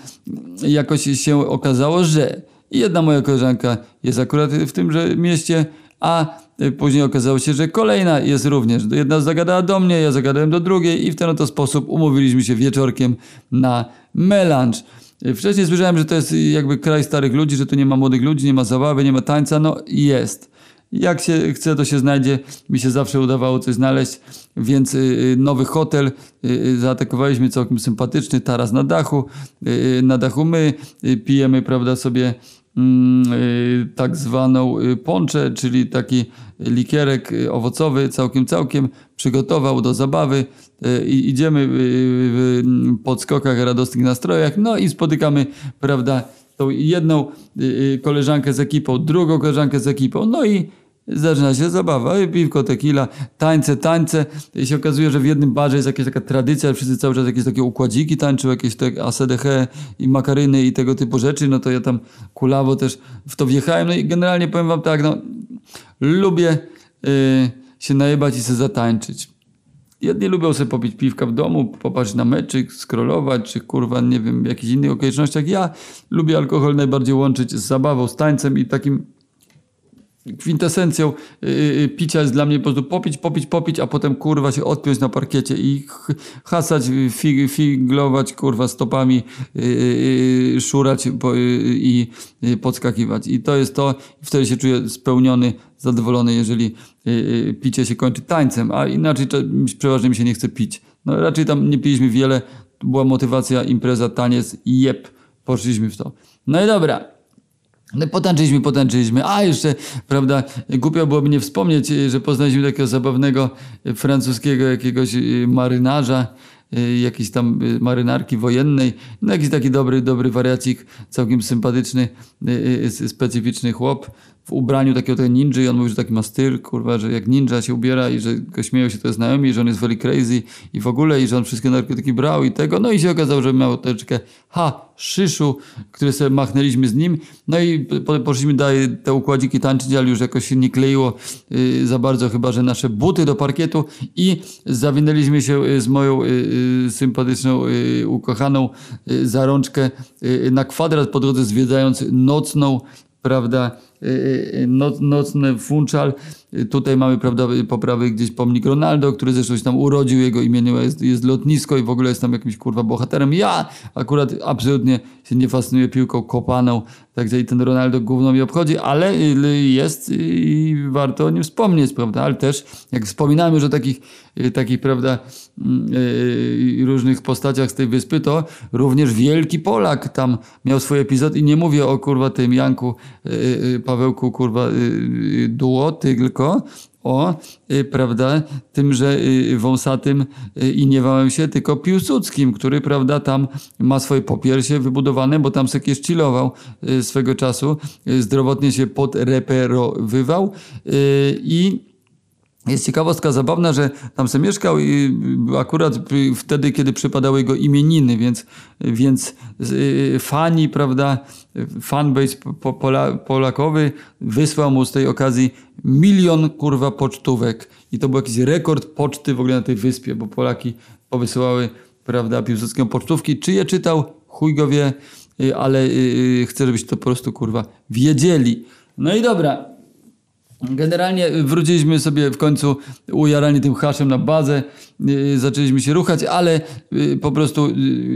yy, jakoś się okazało, że jedna moja koleżanka jest akurat w tymże mieście, a później okazało się, że kolejna jest również. Jedna zagadała do mnie, ja zagadałem do drugiej i w ten oto sposób umówiliśmy się wieczorkiem na melanż. Wcześniej słyszałem, że to jest jakby kraj starych ludzi, że tu nie ma młodych ludzi, nie ma zabawy, nie ma tańca. No jest. Jak się chce, to się znajdzie. Mi się zawsze udawało coś znaleźć, więc y, nowy hotel y, zaatakowaliśmy, całkiem sympatyczny, taras na dachu. Y, na dachu my y, pijemy, prawda, sobie y, tak zwaną y, ponczę, czyli taki likierek y, owocowy, całkiem, całkiem przygotował do zabawy y, i idziemy y, w podskokach, radosnych nastrojach, no i spotykamy, prawda, tą jedną y, koleżankę z ekipą, drugą koleżankę z ekipą, no i zaczyna się zabawa, piwko, tequila, tańce, tańce. I się okazuje, że w jednym barze jest jakaś taka tradycja, wszyscy cały czas jakieś takie układziki tańczą, jakieś te A C D H i makaryny i tego typu rzeczy, no to ja tam kulawo też w to wjechałem. No i generalnie powiem wam tak, no lubię y, się najebać i sobie zatańczyć. Jedni lubią sobie popić piwka w domu, popatrzeć na meczyk, scrollować, czy kurwa, nie wiem, w jakichś innych okolicznościach. Ja lubię alkohol najbardziej łączyć z zabawą, z tańcem i takim kwintesencją yy, picia jest dla mnie po prostu popić, popić, popić, a potem kurwa się odpiąć na parkiecie i hasać, fig, figlować kurwa stopami, yy, szurać po, yy, i yy, podskakiwać. I to jest to, wtedy się czuję spełniony, zadowolony, jeżeli yy, picie się kończy tańcem, a inaczej to, przeważnie mi się nie chce pić. No raczej tam nie piliśmy wiele, była motywacja, impreza, taniec, jeb, poszliśmy w to. No i dobra. No potańczyliśmy, potańczyliśmy, a jeszcze, prawda, głupio byłoby nie wspomnieć, że poznaliśmy takiego zabawnego francuskiego jakiegoś marynarza, jakiejś tam marynarki wojennej, no jakiś taki dobry, dobry wariacik, całkiem sympatyczny, specyficzny chłop w ubraniu takiego tego ninja i on mówił, że taki ma styl, kurwa, że jak ninja się ubiera i że go śmieją się to znajomi, że on jest very crazy i w ogóle, i że on wszystkie narkotyki brał i tego, no i się okazało, że miał troszeczkę ha, szyszu, które sobie machnęliśmy z nim, no i potem poszliśmy dalej te układziki tańczyć, ale już jakoś się nie kleiło yy, za bardzo, chyba że nasze buty do parkietu i zawinęliśmy się z moją yy, sympatyczną, yy, ukochaną yy, za rączkę yy, na kwadrat po drodze zwiedzając nocną, prawda, noc, nocny Funchal. Tutaj mamy, prawda, po prawej gdzieś pomnik Ronaldo, który zresztą się tam urodził, jego imieniu jest, jest lotnisko i w ogóle jest tam jakimś kurwa bohaterem. Ja akurat absolutnie się nie fascynuję piłką kopaną, także i ten Ronaldo gówno mi obchodzi, ale jest i warto o nim wspomnieć, prawda, ale też jak wspominamy już o takich, takich, prawda, różnych postaciach z tej wyspy, to również wielki Polak tam miał swój epizod i nie mówię o kurwa tym Janku Pawełku kurwa Duo, tylko o, y, prawda, tymże y, wąsatym y, i nie wałem się, tylko Piłsudskim, który, prawda, tam ma swoje popiersie wybudowane, bo tam sobie chillował y, swego czasu, y, zdrowotnie się podreperowywał y, i jest ciekawostka zabawna, że tam se mieszkał i akurat wtedy, kiedy przypadały jego imieniny, więc, więc fani, prawda, fanbase pola, polakowy wysłał mu z tej okazji milion kurwa pocztówek. I to był jakiś rekord poczty w ogóle na tej wyspie, bo Polaki powysyłały, prawda, Piłsudskiemu pocztówki. Czy je czytał? Chuj go wie, ale chcę, żebyście to po prostu kurwa wiedzieli. No i dobra. Generalnie wróciliśmy sobie w końcu ujarani tym haszem na bazę, yy, zaczęliśmy się ruchać, ale yy, po prostu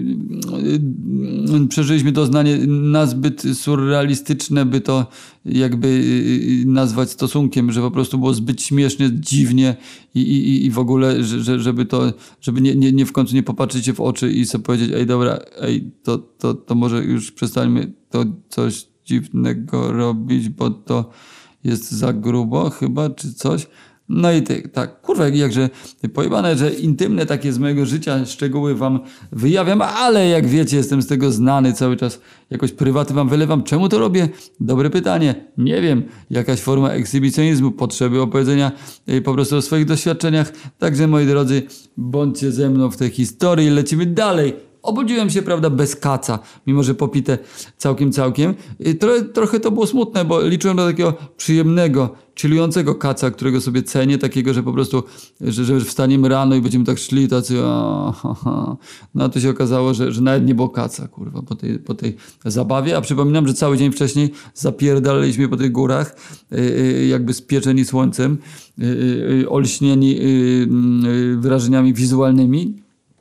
yy, yy, przeżyliśmy doznanie nazbyt surrealistyczne, by to jakby yy, nazwać stosunkiem, że po prostu było zbyt śmiesznie, dziwnie i, i, i w ogóle, że, żeby to, żeby nie, nie, nie w końcu nie popatrzeć się w oczy i sobie powiedzieć, ej dobra, ej, to, to, to może już przestańmy to coś dziwnego robić, bo to jest za grubo chyba, czy coś. No i ty, tak, kurwa, jakże pojebane, że intymne takie z mojego życia szczegóły wam wyjawiam, ale jak wiecie, jestem z tego znany cały czas, jakoś prywaty wam wylewam. Czemu to robię? Dobre pytanie. Nie wiem. Jakaś forma ekshibicjonizmu, potrzeby opowiedzenia po prostu o swoich doświadczeniach. Także moi drodzy, bądźcie ze mną w tej historii, lecimy dalej. Obudziłem się, prawda, bez kaca, mimo że popite całkiem, całkiem. Trochę, trochę to było smutne, bo liczyłem na takiego przyjemnego, chillującego kaca, którego sobie cenię, takiego, że po prostu, że, że wstaniemy rano i będziemy tak szli, tacy a, ha, ha. No a to się okazało, że, że nawet nie było kaca, kurwa, po tej, po tej zabawie. A przypominam, że cały dzień wcześniej zapierdalaliśmy po tych górach, yy, jakby spieczeni słońcem, yy, yy, olśnieni yy, yy, wrażeniami wizualnymi.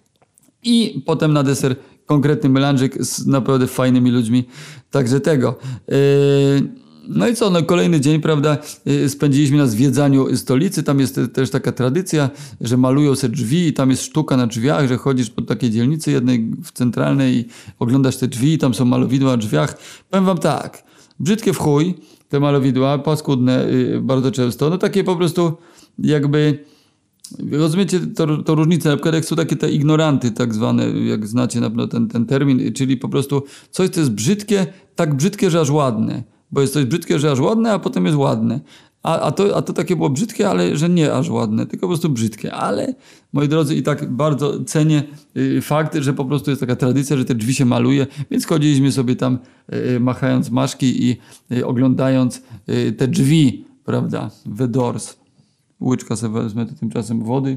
I potem na deser konkretny melanżyk z naprawdę fajnymi ludźmi. Także tego. Yy, no i co, no kolejny dzień, prawda, yy, spędziliśmy na zwiedzaniu stolicy. Tam jest też taka tradycja, że malują se drzwi i tam jest sztuka na drzwiach, że chodzisz po takiej dzielnicy jednej w centralnej i oglądasz te drzwi i tam są malowidła na drzwiach. Powiem wam tak, brzydkie w chuj te malowidła, paskudne yy, bardzo często. No takie po prostu jakby... Rozumiecie to, to różnicę, na przykład jak są takie te ignoranty tak zwane, jak znacie na pewno ten, ten termin, czyli po prostu coś, co jest brzydkie, tak brzydkie, że aż ładne. Bo jest coś brzydkie, że aż ładne, a potem jest ładne. A, a, to, a to takie było brzydkie, ale że nie aż ładne, tylko po prostu brzydkie. Ale, moi drodzy, i tak bardzo cenię y, fakt, że po prostu jest taka tradycja, że te drzwi się maluje, więc chodziliśmy sobie tam y, machając maszki i y, oglądając y, te drzwi, prawda, the doors. Łyczka sobie wezmę to tymczasem wody.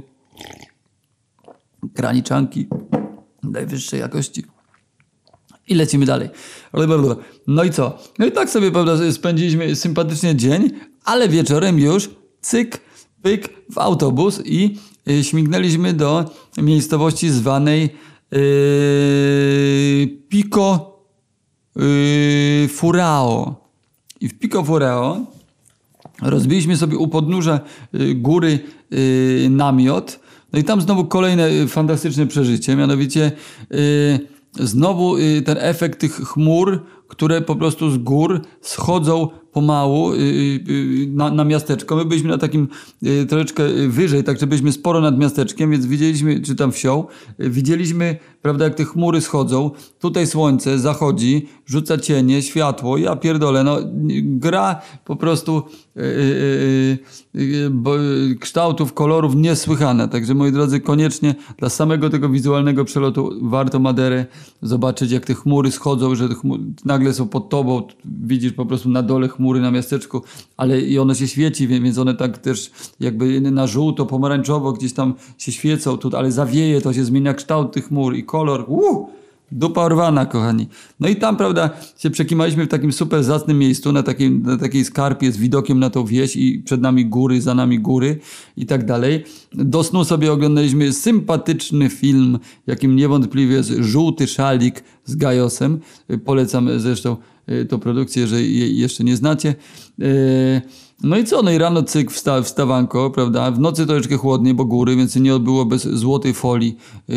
Graniczanki najwyższej jakości. I lecimy dalej. No i co? No i tak sobie, prawda, spędziliśmy sympatycznie dzień, ale wieczorem już cyk, pyk w autobus i y, śmignęliśmy do miejscowości zwanej yy, Pico yy, Furao. I w Pico Furao rozbiliśmy sobie u podnóża y, góry y, namiot, No i tam znowu kolejne y, fantastyczne przeżycie, mianowicie y, znowu y, ten efekt tych chmur, które po prostu z gór schodzą pomału y, y, na, na miasteczko. My byliśmy na takim y, troszeczkę wyżej, tak że byliśmy sporo nad miasteczkiem, więc widzieliśmy, czy tam wsią, y, widzieliśmy, prawda, jak te chmury schodzą. Tutaj słońce zachodzi, rzuca cienie, światło. Ja pierdolę, no gra po prostu y, y, y, bo, y, kształtów, kolorów niesłychane. Także moi drodzy, koniecznie dla samego tego wizualnego przelotu warto Maderę zobaczyć, jak te chmury schodzą, że te chmury nagle są pod tobą, widzisz po prostu na dole chmury na miasteczku, ale i one się świeci, więc one tak też jakby na żółto, pomarańczowo gdzieś tam się świecą, tu, ale zawieje, to się zmienia kształt tych chmur i kolor. Uh, dupa urwana, kochani. No i tam, prawda, się przekimaliśmy w takim super zacnym miejscu, na takiej, na takiej skarpie z widokiem na tą wieś i przed nami góry, za nami góry i tak dalej. Do snu sobie oglądaliśmy sympatyczny film, jakim niewątpliwie jest Żółty szalik z Gajosem. Polecam zresztą tą produkcję, że jej jeszcze nie znacie. No i co? No i rano cyk, wsta wstawanko, prawda? W nocy troszeczkę chłodniej, bo góry, więc nie odbyło bez złotej folii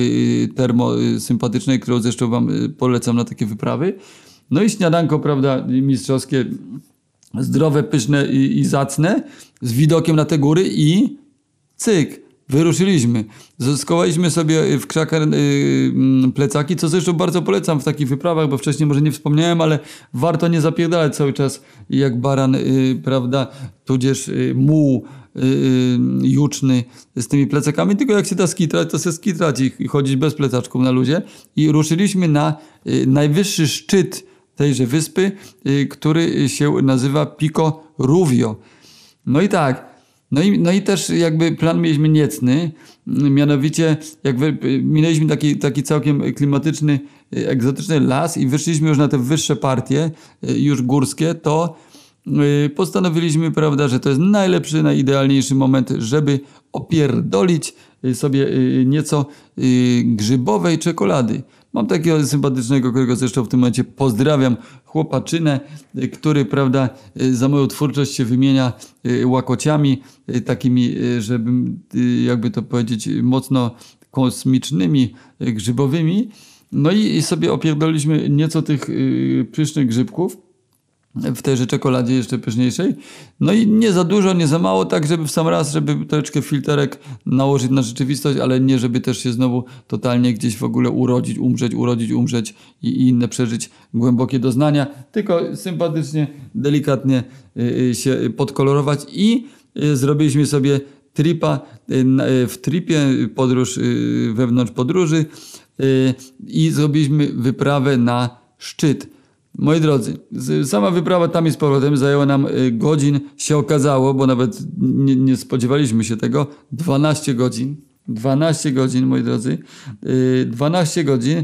termosympatycznej, którą zresztą wam polecam na takie wyprawy. No i śniadanko, prawda, mistrzowskie, zdrowe, pyszne i, i zacne, z widokiem na te góry i cyk. Wyruszyliśmy. Skowaliśmy sobie w krzakach yy, plecaki, co zresztą bardzo polecam w takich wyprawach, bo wcześniej może nie wspomniałem, ale warto nie zapierdalać cały czas jak baran, yy, prawda, tudzież yy, muł yy, juczny z tymi plecakami, tylko jak się da skitrać, to się skitrać i, i chodzić bez plecaczków na luzie. I ruszyliśmy na yy, najwyższy szczyt tejże wyspy, yy, który się nazywa Pico Ruvio. No i tak, No i, no i też jakby plan mieliśmy niecny, mianowicie jak wy, minęliśmy taki, taki całkiem klimatyczny, egzotyczny las i wyszliśmy już na te wyższe partie, już górskie, to postanowiliśmy, prawda, że to jest najlepszy, najidealniejszy moment, żeby opierdolić sobie nieco grzybowej czekolady. Mam takiego sympatycznego, którego zresztą w tym momencie pozdrawiam, chłopaczynę, który, prawda, za moją twórczość się wymienia łakociami takimi, żebym, jakby to powiedzieć, mocno kosmicznymi, grzybowymi. No i sobie opierdoliliśmy nieco tych pysznych grzybków w tejże czekoladzie jeszcze pyszniejszej. No i nie za dużo, nie za mało, tak żeby w sam raz, żeby troszeczkę filterek nałożyć na rzeczywistość, ale nie żeby też się znowu totalnie gdzieś w ogóle urodzić, umrzeć, urodzić, umrzeć i, i inne przeżyć głębokie doznania, tylko sympatycznie, delikatnie y, się podkolorować i y, zrobiliśmy sobie tripa, y, w tripie podróż y, wewnątrz podróży y, i zrobiliśmy wyprawę na szczyt. Moi drodzy, sama wyprawa tam i z powrotem zajęła nam godzin, się okazało, bo nawet nie, nie spodziewaliśmy się tego, dwanaście godzin. dwanaście godzin, moi drodzy. dwanaście godzin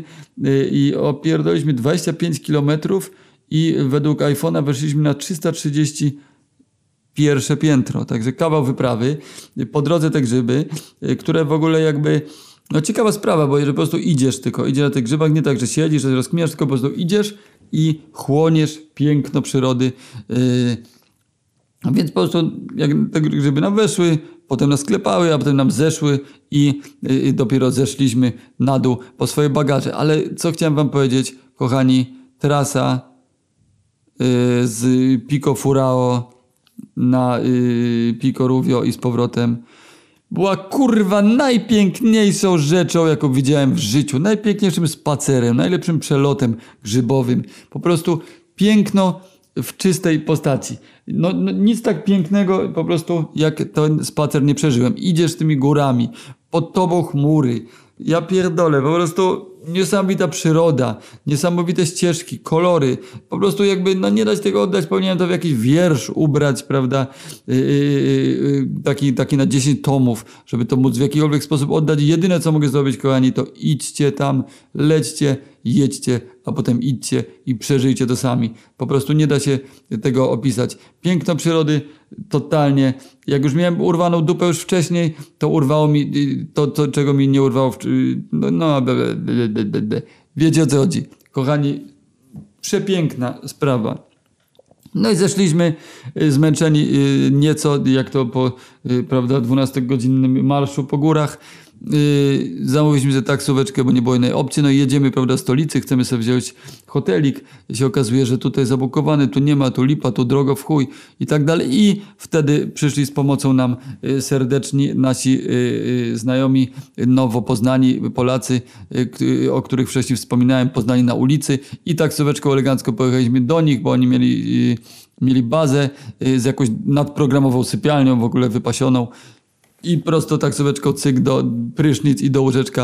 i opierdoliśmy dwadzieścia pięć kilometrów i według iPhone'a weszliśmy na trzysta trzydzieści pierwsze piętro. Także kawał wyprawy. Po drodze te grzyby, które w ogóle jakby... No ciekawa sprawa, bo jeżeli po prostu idziesz tylko, idziesz na tych grzybach, nie tak, że siedzisz, że rozkminiasz, tylko po prostu idziesz i chłoniesz piękno przyrody. Yy, więc po prostu jak te grzyby nam weszły, potem nas sklepały, a potem nam zeszły i yy, dopiero zeszliśmy na dół po swoje bagaże. Ale co chciałem wam powiedzieć, kochani, trasa yy, z Pico Furao na yy, Pico Ruvio i z powrotem była kurwa najpiękniejszą rzeczą, jaką widziałem w życiu. Najpiękniejszym spacerem, najlepszym przelotem grzybowym. Po prostu piękno w czystej postaci. No, no nic tak pięknego po prostu jak ten spacer nie przeżyłem. Idziesz tymi górami, pod tobą chmury. Ja pierdolę, po prostu niesamowita przyroda, niesamowite ścieżki, kolory. Po prostu jakby, no nie dać tego oddać, powinienem to w jakiś wiersz ubrać, prawda? Yy, yy, taki, taki na dziesięć tomów, żeby to móc w jakikolwiek sposób oddać. Jedyne, co mogę zrobić, kochani, to idźcie tam, lećcie, jedźcie, a potem idźcie i przeżyjcie to sami. Po prostu nie da się tego opisać. Piękno przyrody totalnie. Jak już miałem urwaną dupę już wcześniej, to urwało mi to, to czego mi nie urwało. W, no, no ble, ble, ble, ble, ble. Wiecie, o co chodzi. Kochani, przepiękna sprawa. No i zeszliśmy zmęczeni nieco, jak to po, prawda, dwunastogodzinnym marszu po górach. Yy, zamówiliśmy sobie taksóweczkę, bo nie było innej opcji, no i jedziemy, prawda, z stolicy, chcemy sobie wziąć hotelik, i się okazuje, że tutaj zabukowany, tu nie ma, tu lipa, tu drogo w chuj i tak dalej i wtedy przyszli z pomocą nam yy, serdeczni nasi yy, yy, znajomi, nowo poznani Polacy, yy, o których wcześniej wspominałem, poznani na ulicy i taksóweczką elegancko pojechaliśmy do nich, bo oni mieli, yy, mieli bazę yy, z jakąś nadprogramową sypialnią, w ogóle wypasioną. I prosto taksóweczką cyk do prysznic i do łóżeczka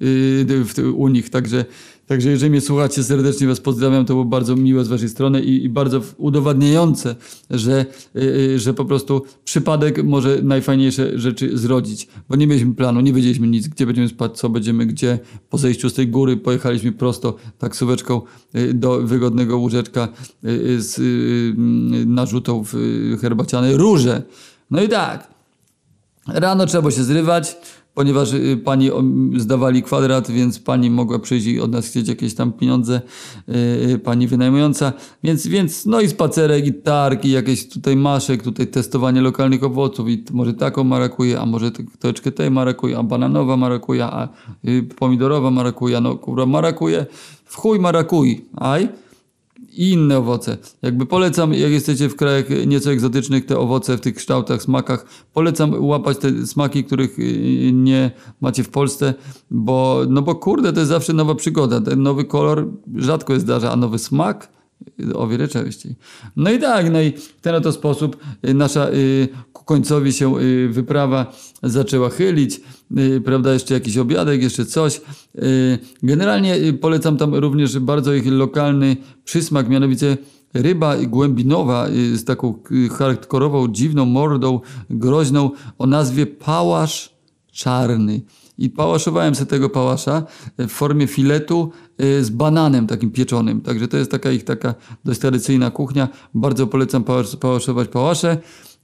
yy, u nich. Także, także jeżeli mnie słuchacie, serdecznie was pozdrawiam. To było bardzo miłe z waszej strony i, i bardzo udowadniające, że, yy, że po prostu przypadek może najfajniejsze rzeczy zrodzić. Bo nie mieliśmy planu, nie wiedzieliśmy nic, gdzie będziemy spać, co będziemy, gdzie. Po zejściu z tej góry pojechaliśmy prosto taksóweczką yy, do wygodnego łóżeczka yy, z yy, narzutą w yy, herbaciane róże. No i tak. Rano trzeba było się zrywać, ponieważ y, pani o, zdawali kwadrat, więc pani mogła przyjść i od nas chcieć jakieś tam pieniądze, y, y, pani wynajmująca. Więc, więc no i spacerek, i targ, i jakieś tutaj maszek, tutaj testowanie lokalnych owoców i może taką marakuję, a może troszeczkę tej marakuję, a bananowa marakuja, a y, pomidorowa marakuja, no kurwa marakuje, w chuj marakuj, aj. I inne owoce. Jakby polecam, jak jesteście w krajach nieco egzotycznych, te owoce w tych kształtach, smakach, polecam łapać te smaki, których nie macie w Polsce, bo, no bo kurde, to jest zawsze nowa przygoda. Ten nowy kolor rzadko się zdarza, a nowy smak o wiele częściej. No i tak, no i w ten oto sposób nasza y, ku końcowi się y, wyprawa zaczęła chylić, y, prawda, jeszcze jakiś obiadek, jeszcze coś. Y, generalnie y, polecam tam również bardzo ich lokalny przysmak, mianowicie ryba głębinowa y, z taką y, hardkorową, dziwną mordą, groźną o nazwie pałasz czarny. I pałaszowałem sobie tego pałasza w formie filetu z bananem takim pieczonym. Także to jest taka ich taka dość tradycyjna kuchnia. Bardzo polecam pałasz, pałaszować pałasze.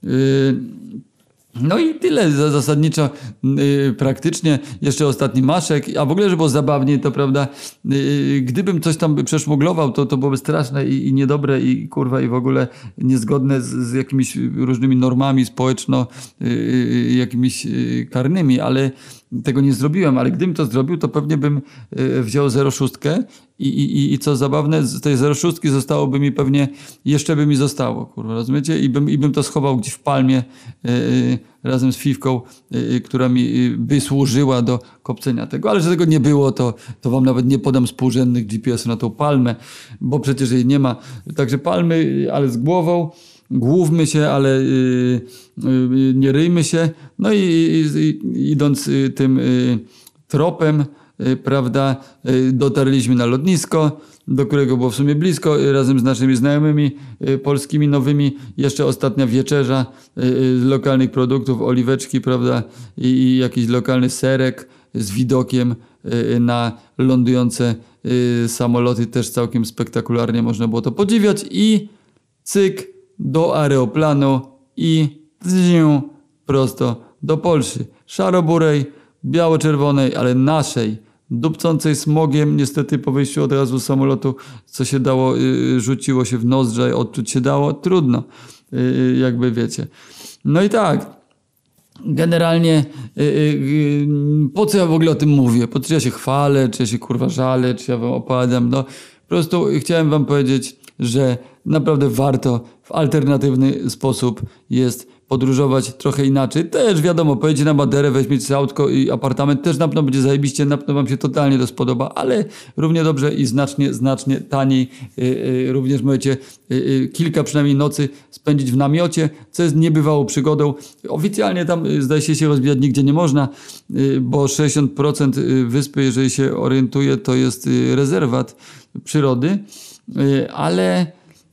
No i tyle zasadniczo, yy, praktycznie. Jeszcze ostatni maszek, a w ogóle, żeby było zabawniej, to prawda, yy, gdybym coś tam przeszmuglował, to, to byłoby straszne i, i niedobre i kurwa i w ogóle niezgodne z, z jakimiś różnymi normami społeczno yy, jakimiś yy, karnymi, ale tego nie zrobiłem, ale gdybym to zrobił, to pewnie bym yy, wziął zero sześć i, i, i co zabawne, z tej zero sześć zostałoby mi pewnie, jeszcze by mi zostało, kurwa, rozumiecie? I bym, i bym to schował gdzieś w palmie yy, razem z fifką, yy, która mi by służyła do kopcenia tego, ale że tego nie było, to, to wam nawet nie podam współrzędnych G P S-ów na tą palmę, bo przecież jej nie ma. Także palmy, ale z głową, główmy się, ale yy, yy, nie ryjmy się. No i, i, i idąc yy, tym yy, tropem, yy, prawda, yy, dotarliśmy na lotnisko, do którego było w sumie blisko, yy, razem z naszymi znajomymi yy, polskimi, nowymi. Jeszcze ostatnia wieczerza yy, z lokalnych produktów, oliweczki, prawda, i, i jakiś lokalny serek z widokiem yy, na lądujące yy, samoloty. Też całkiem spektakularnie można było to podziwiać i cyk do aeroplanu i zzziu, prosto do Polszy. Szaroburej, biało-czerwonej, ale naszej, dupcącej smogiem, niestety po wyjściu od razu z samolotu, co się dało, yy, rzuciło się w nozdrza, odczuć się dało, trudno, yy, jakby wiecie. No i tak, generalnie yy, yy, po co ja w ogóle o tym mówię? Po co ja się chwalę, czy ja się kurwa żalę, czy ja wam opowiadam? No, po prostu chciałem wam powiedzieć, że naprawdę warto w alternatywny sposób jest podróżować trochę inaczej. Też wiadomo, pojedziecie na Maderę, weźmiecie autko i apartament, też na pewno będzie zajebiście, na pewno wam się totalnie to spodoba, ale równie dobrze i znacznie, znacznie taniej. Yy, yy, również możecie yy, yy, kilka przynajmniej nocy spędzić w namiocie, co jest niebywałą przygodą. Oficjalnie tam yy, zdaje się się rozbijać nigdzie nie można, yy, bo sześćdziesiąt procent wyspy, jeżeli się orientuje, to jest yy, rezerwat przyrody, yy, ale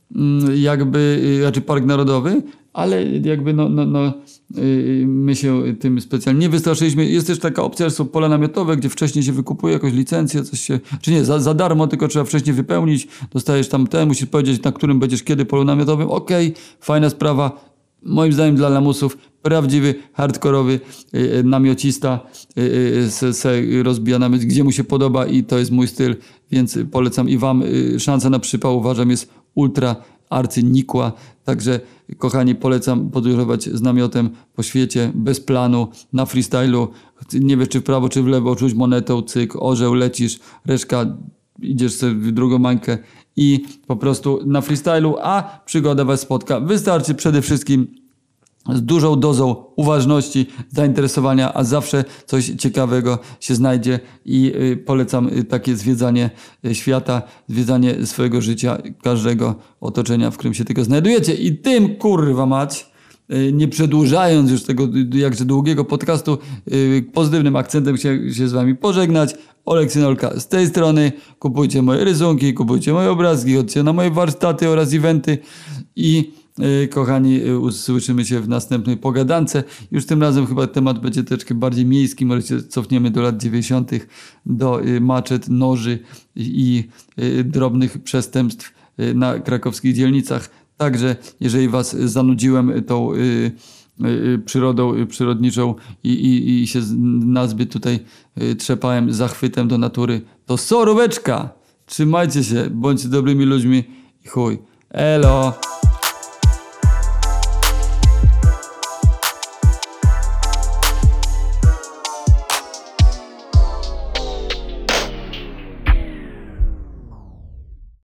yy, jakby, yy, znaczy park narodowy, ale jakby no, no, no yy, my się tym specjalnie nie wystraszyliśmy. Jest też taka opcja, że są pola namiotowe, gdzie wcześniej się wykupuje jakąś licencję, coś się, czy nie, za, za darmo, tylko trzeba wcześniej wypełnić, dostajesz tam ten, musisz powiedzieć, na którym będziesz kiedy polu namiotowym. Okej, okay, fajna sprawa. Moim zdaniem dla lamusów prawdziwy, hardkorowy yy, namiocista yy, se, se rozbija namiot, gdzie mu się podoba i to jest mój styl, więc polecam i wam. Yy, szansa na przypał uważam jest ultra, arcynikła. Także kochani, polecam podróżować z namiotem po świecie, bez planu, na freestylu. Nie wiesz czy w prawo, czy w lewo, czuć monetą, cyk, orzeł, lecisz, reszka, idziesz sobie w drugą mańkę i po prostu na freestylu, a przygoda was spotka. Wystarczy przede wszystkim z dużą dozą uważności, zainteresowania, a zawsze coś ciekawego się znajdzie i y, polecam y, takie zwiedzanie y, świata, zwiedzanie swojego życia, każdego otoczenia, w którym się tylko znajdujecie. I tym, kurwa mać, y, nie przedłużając już tego y, jakże długiego podcastu, y, pozytywnym akcentem się, się z wami pożegnać. Olek Synolka z tej strony. Kupujcie moje rysunki, kupujcie moje obrazki, chodźcie na moje warsztaty oraz eventy i kochani, usłyszymy się w następnej pogadance. Już tym razem chyba temat będzie troszeczkę bardziej miejski. Może się cofniemy do lat dziewięćdziesiątych, do maczet, noży i drobnych przestępstw na krakowskich dzielnicach. Także jeżeli was zanudziłem tą przyrodą przyrodniczą i, i, i się nazbyt tutaj trzepałem zachwytem do natury, to soróweczka! Trzymajcie się, bądźcie dobrymi ludźmi i chuj. Elo!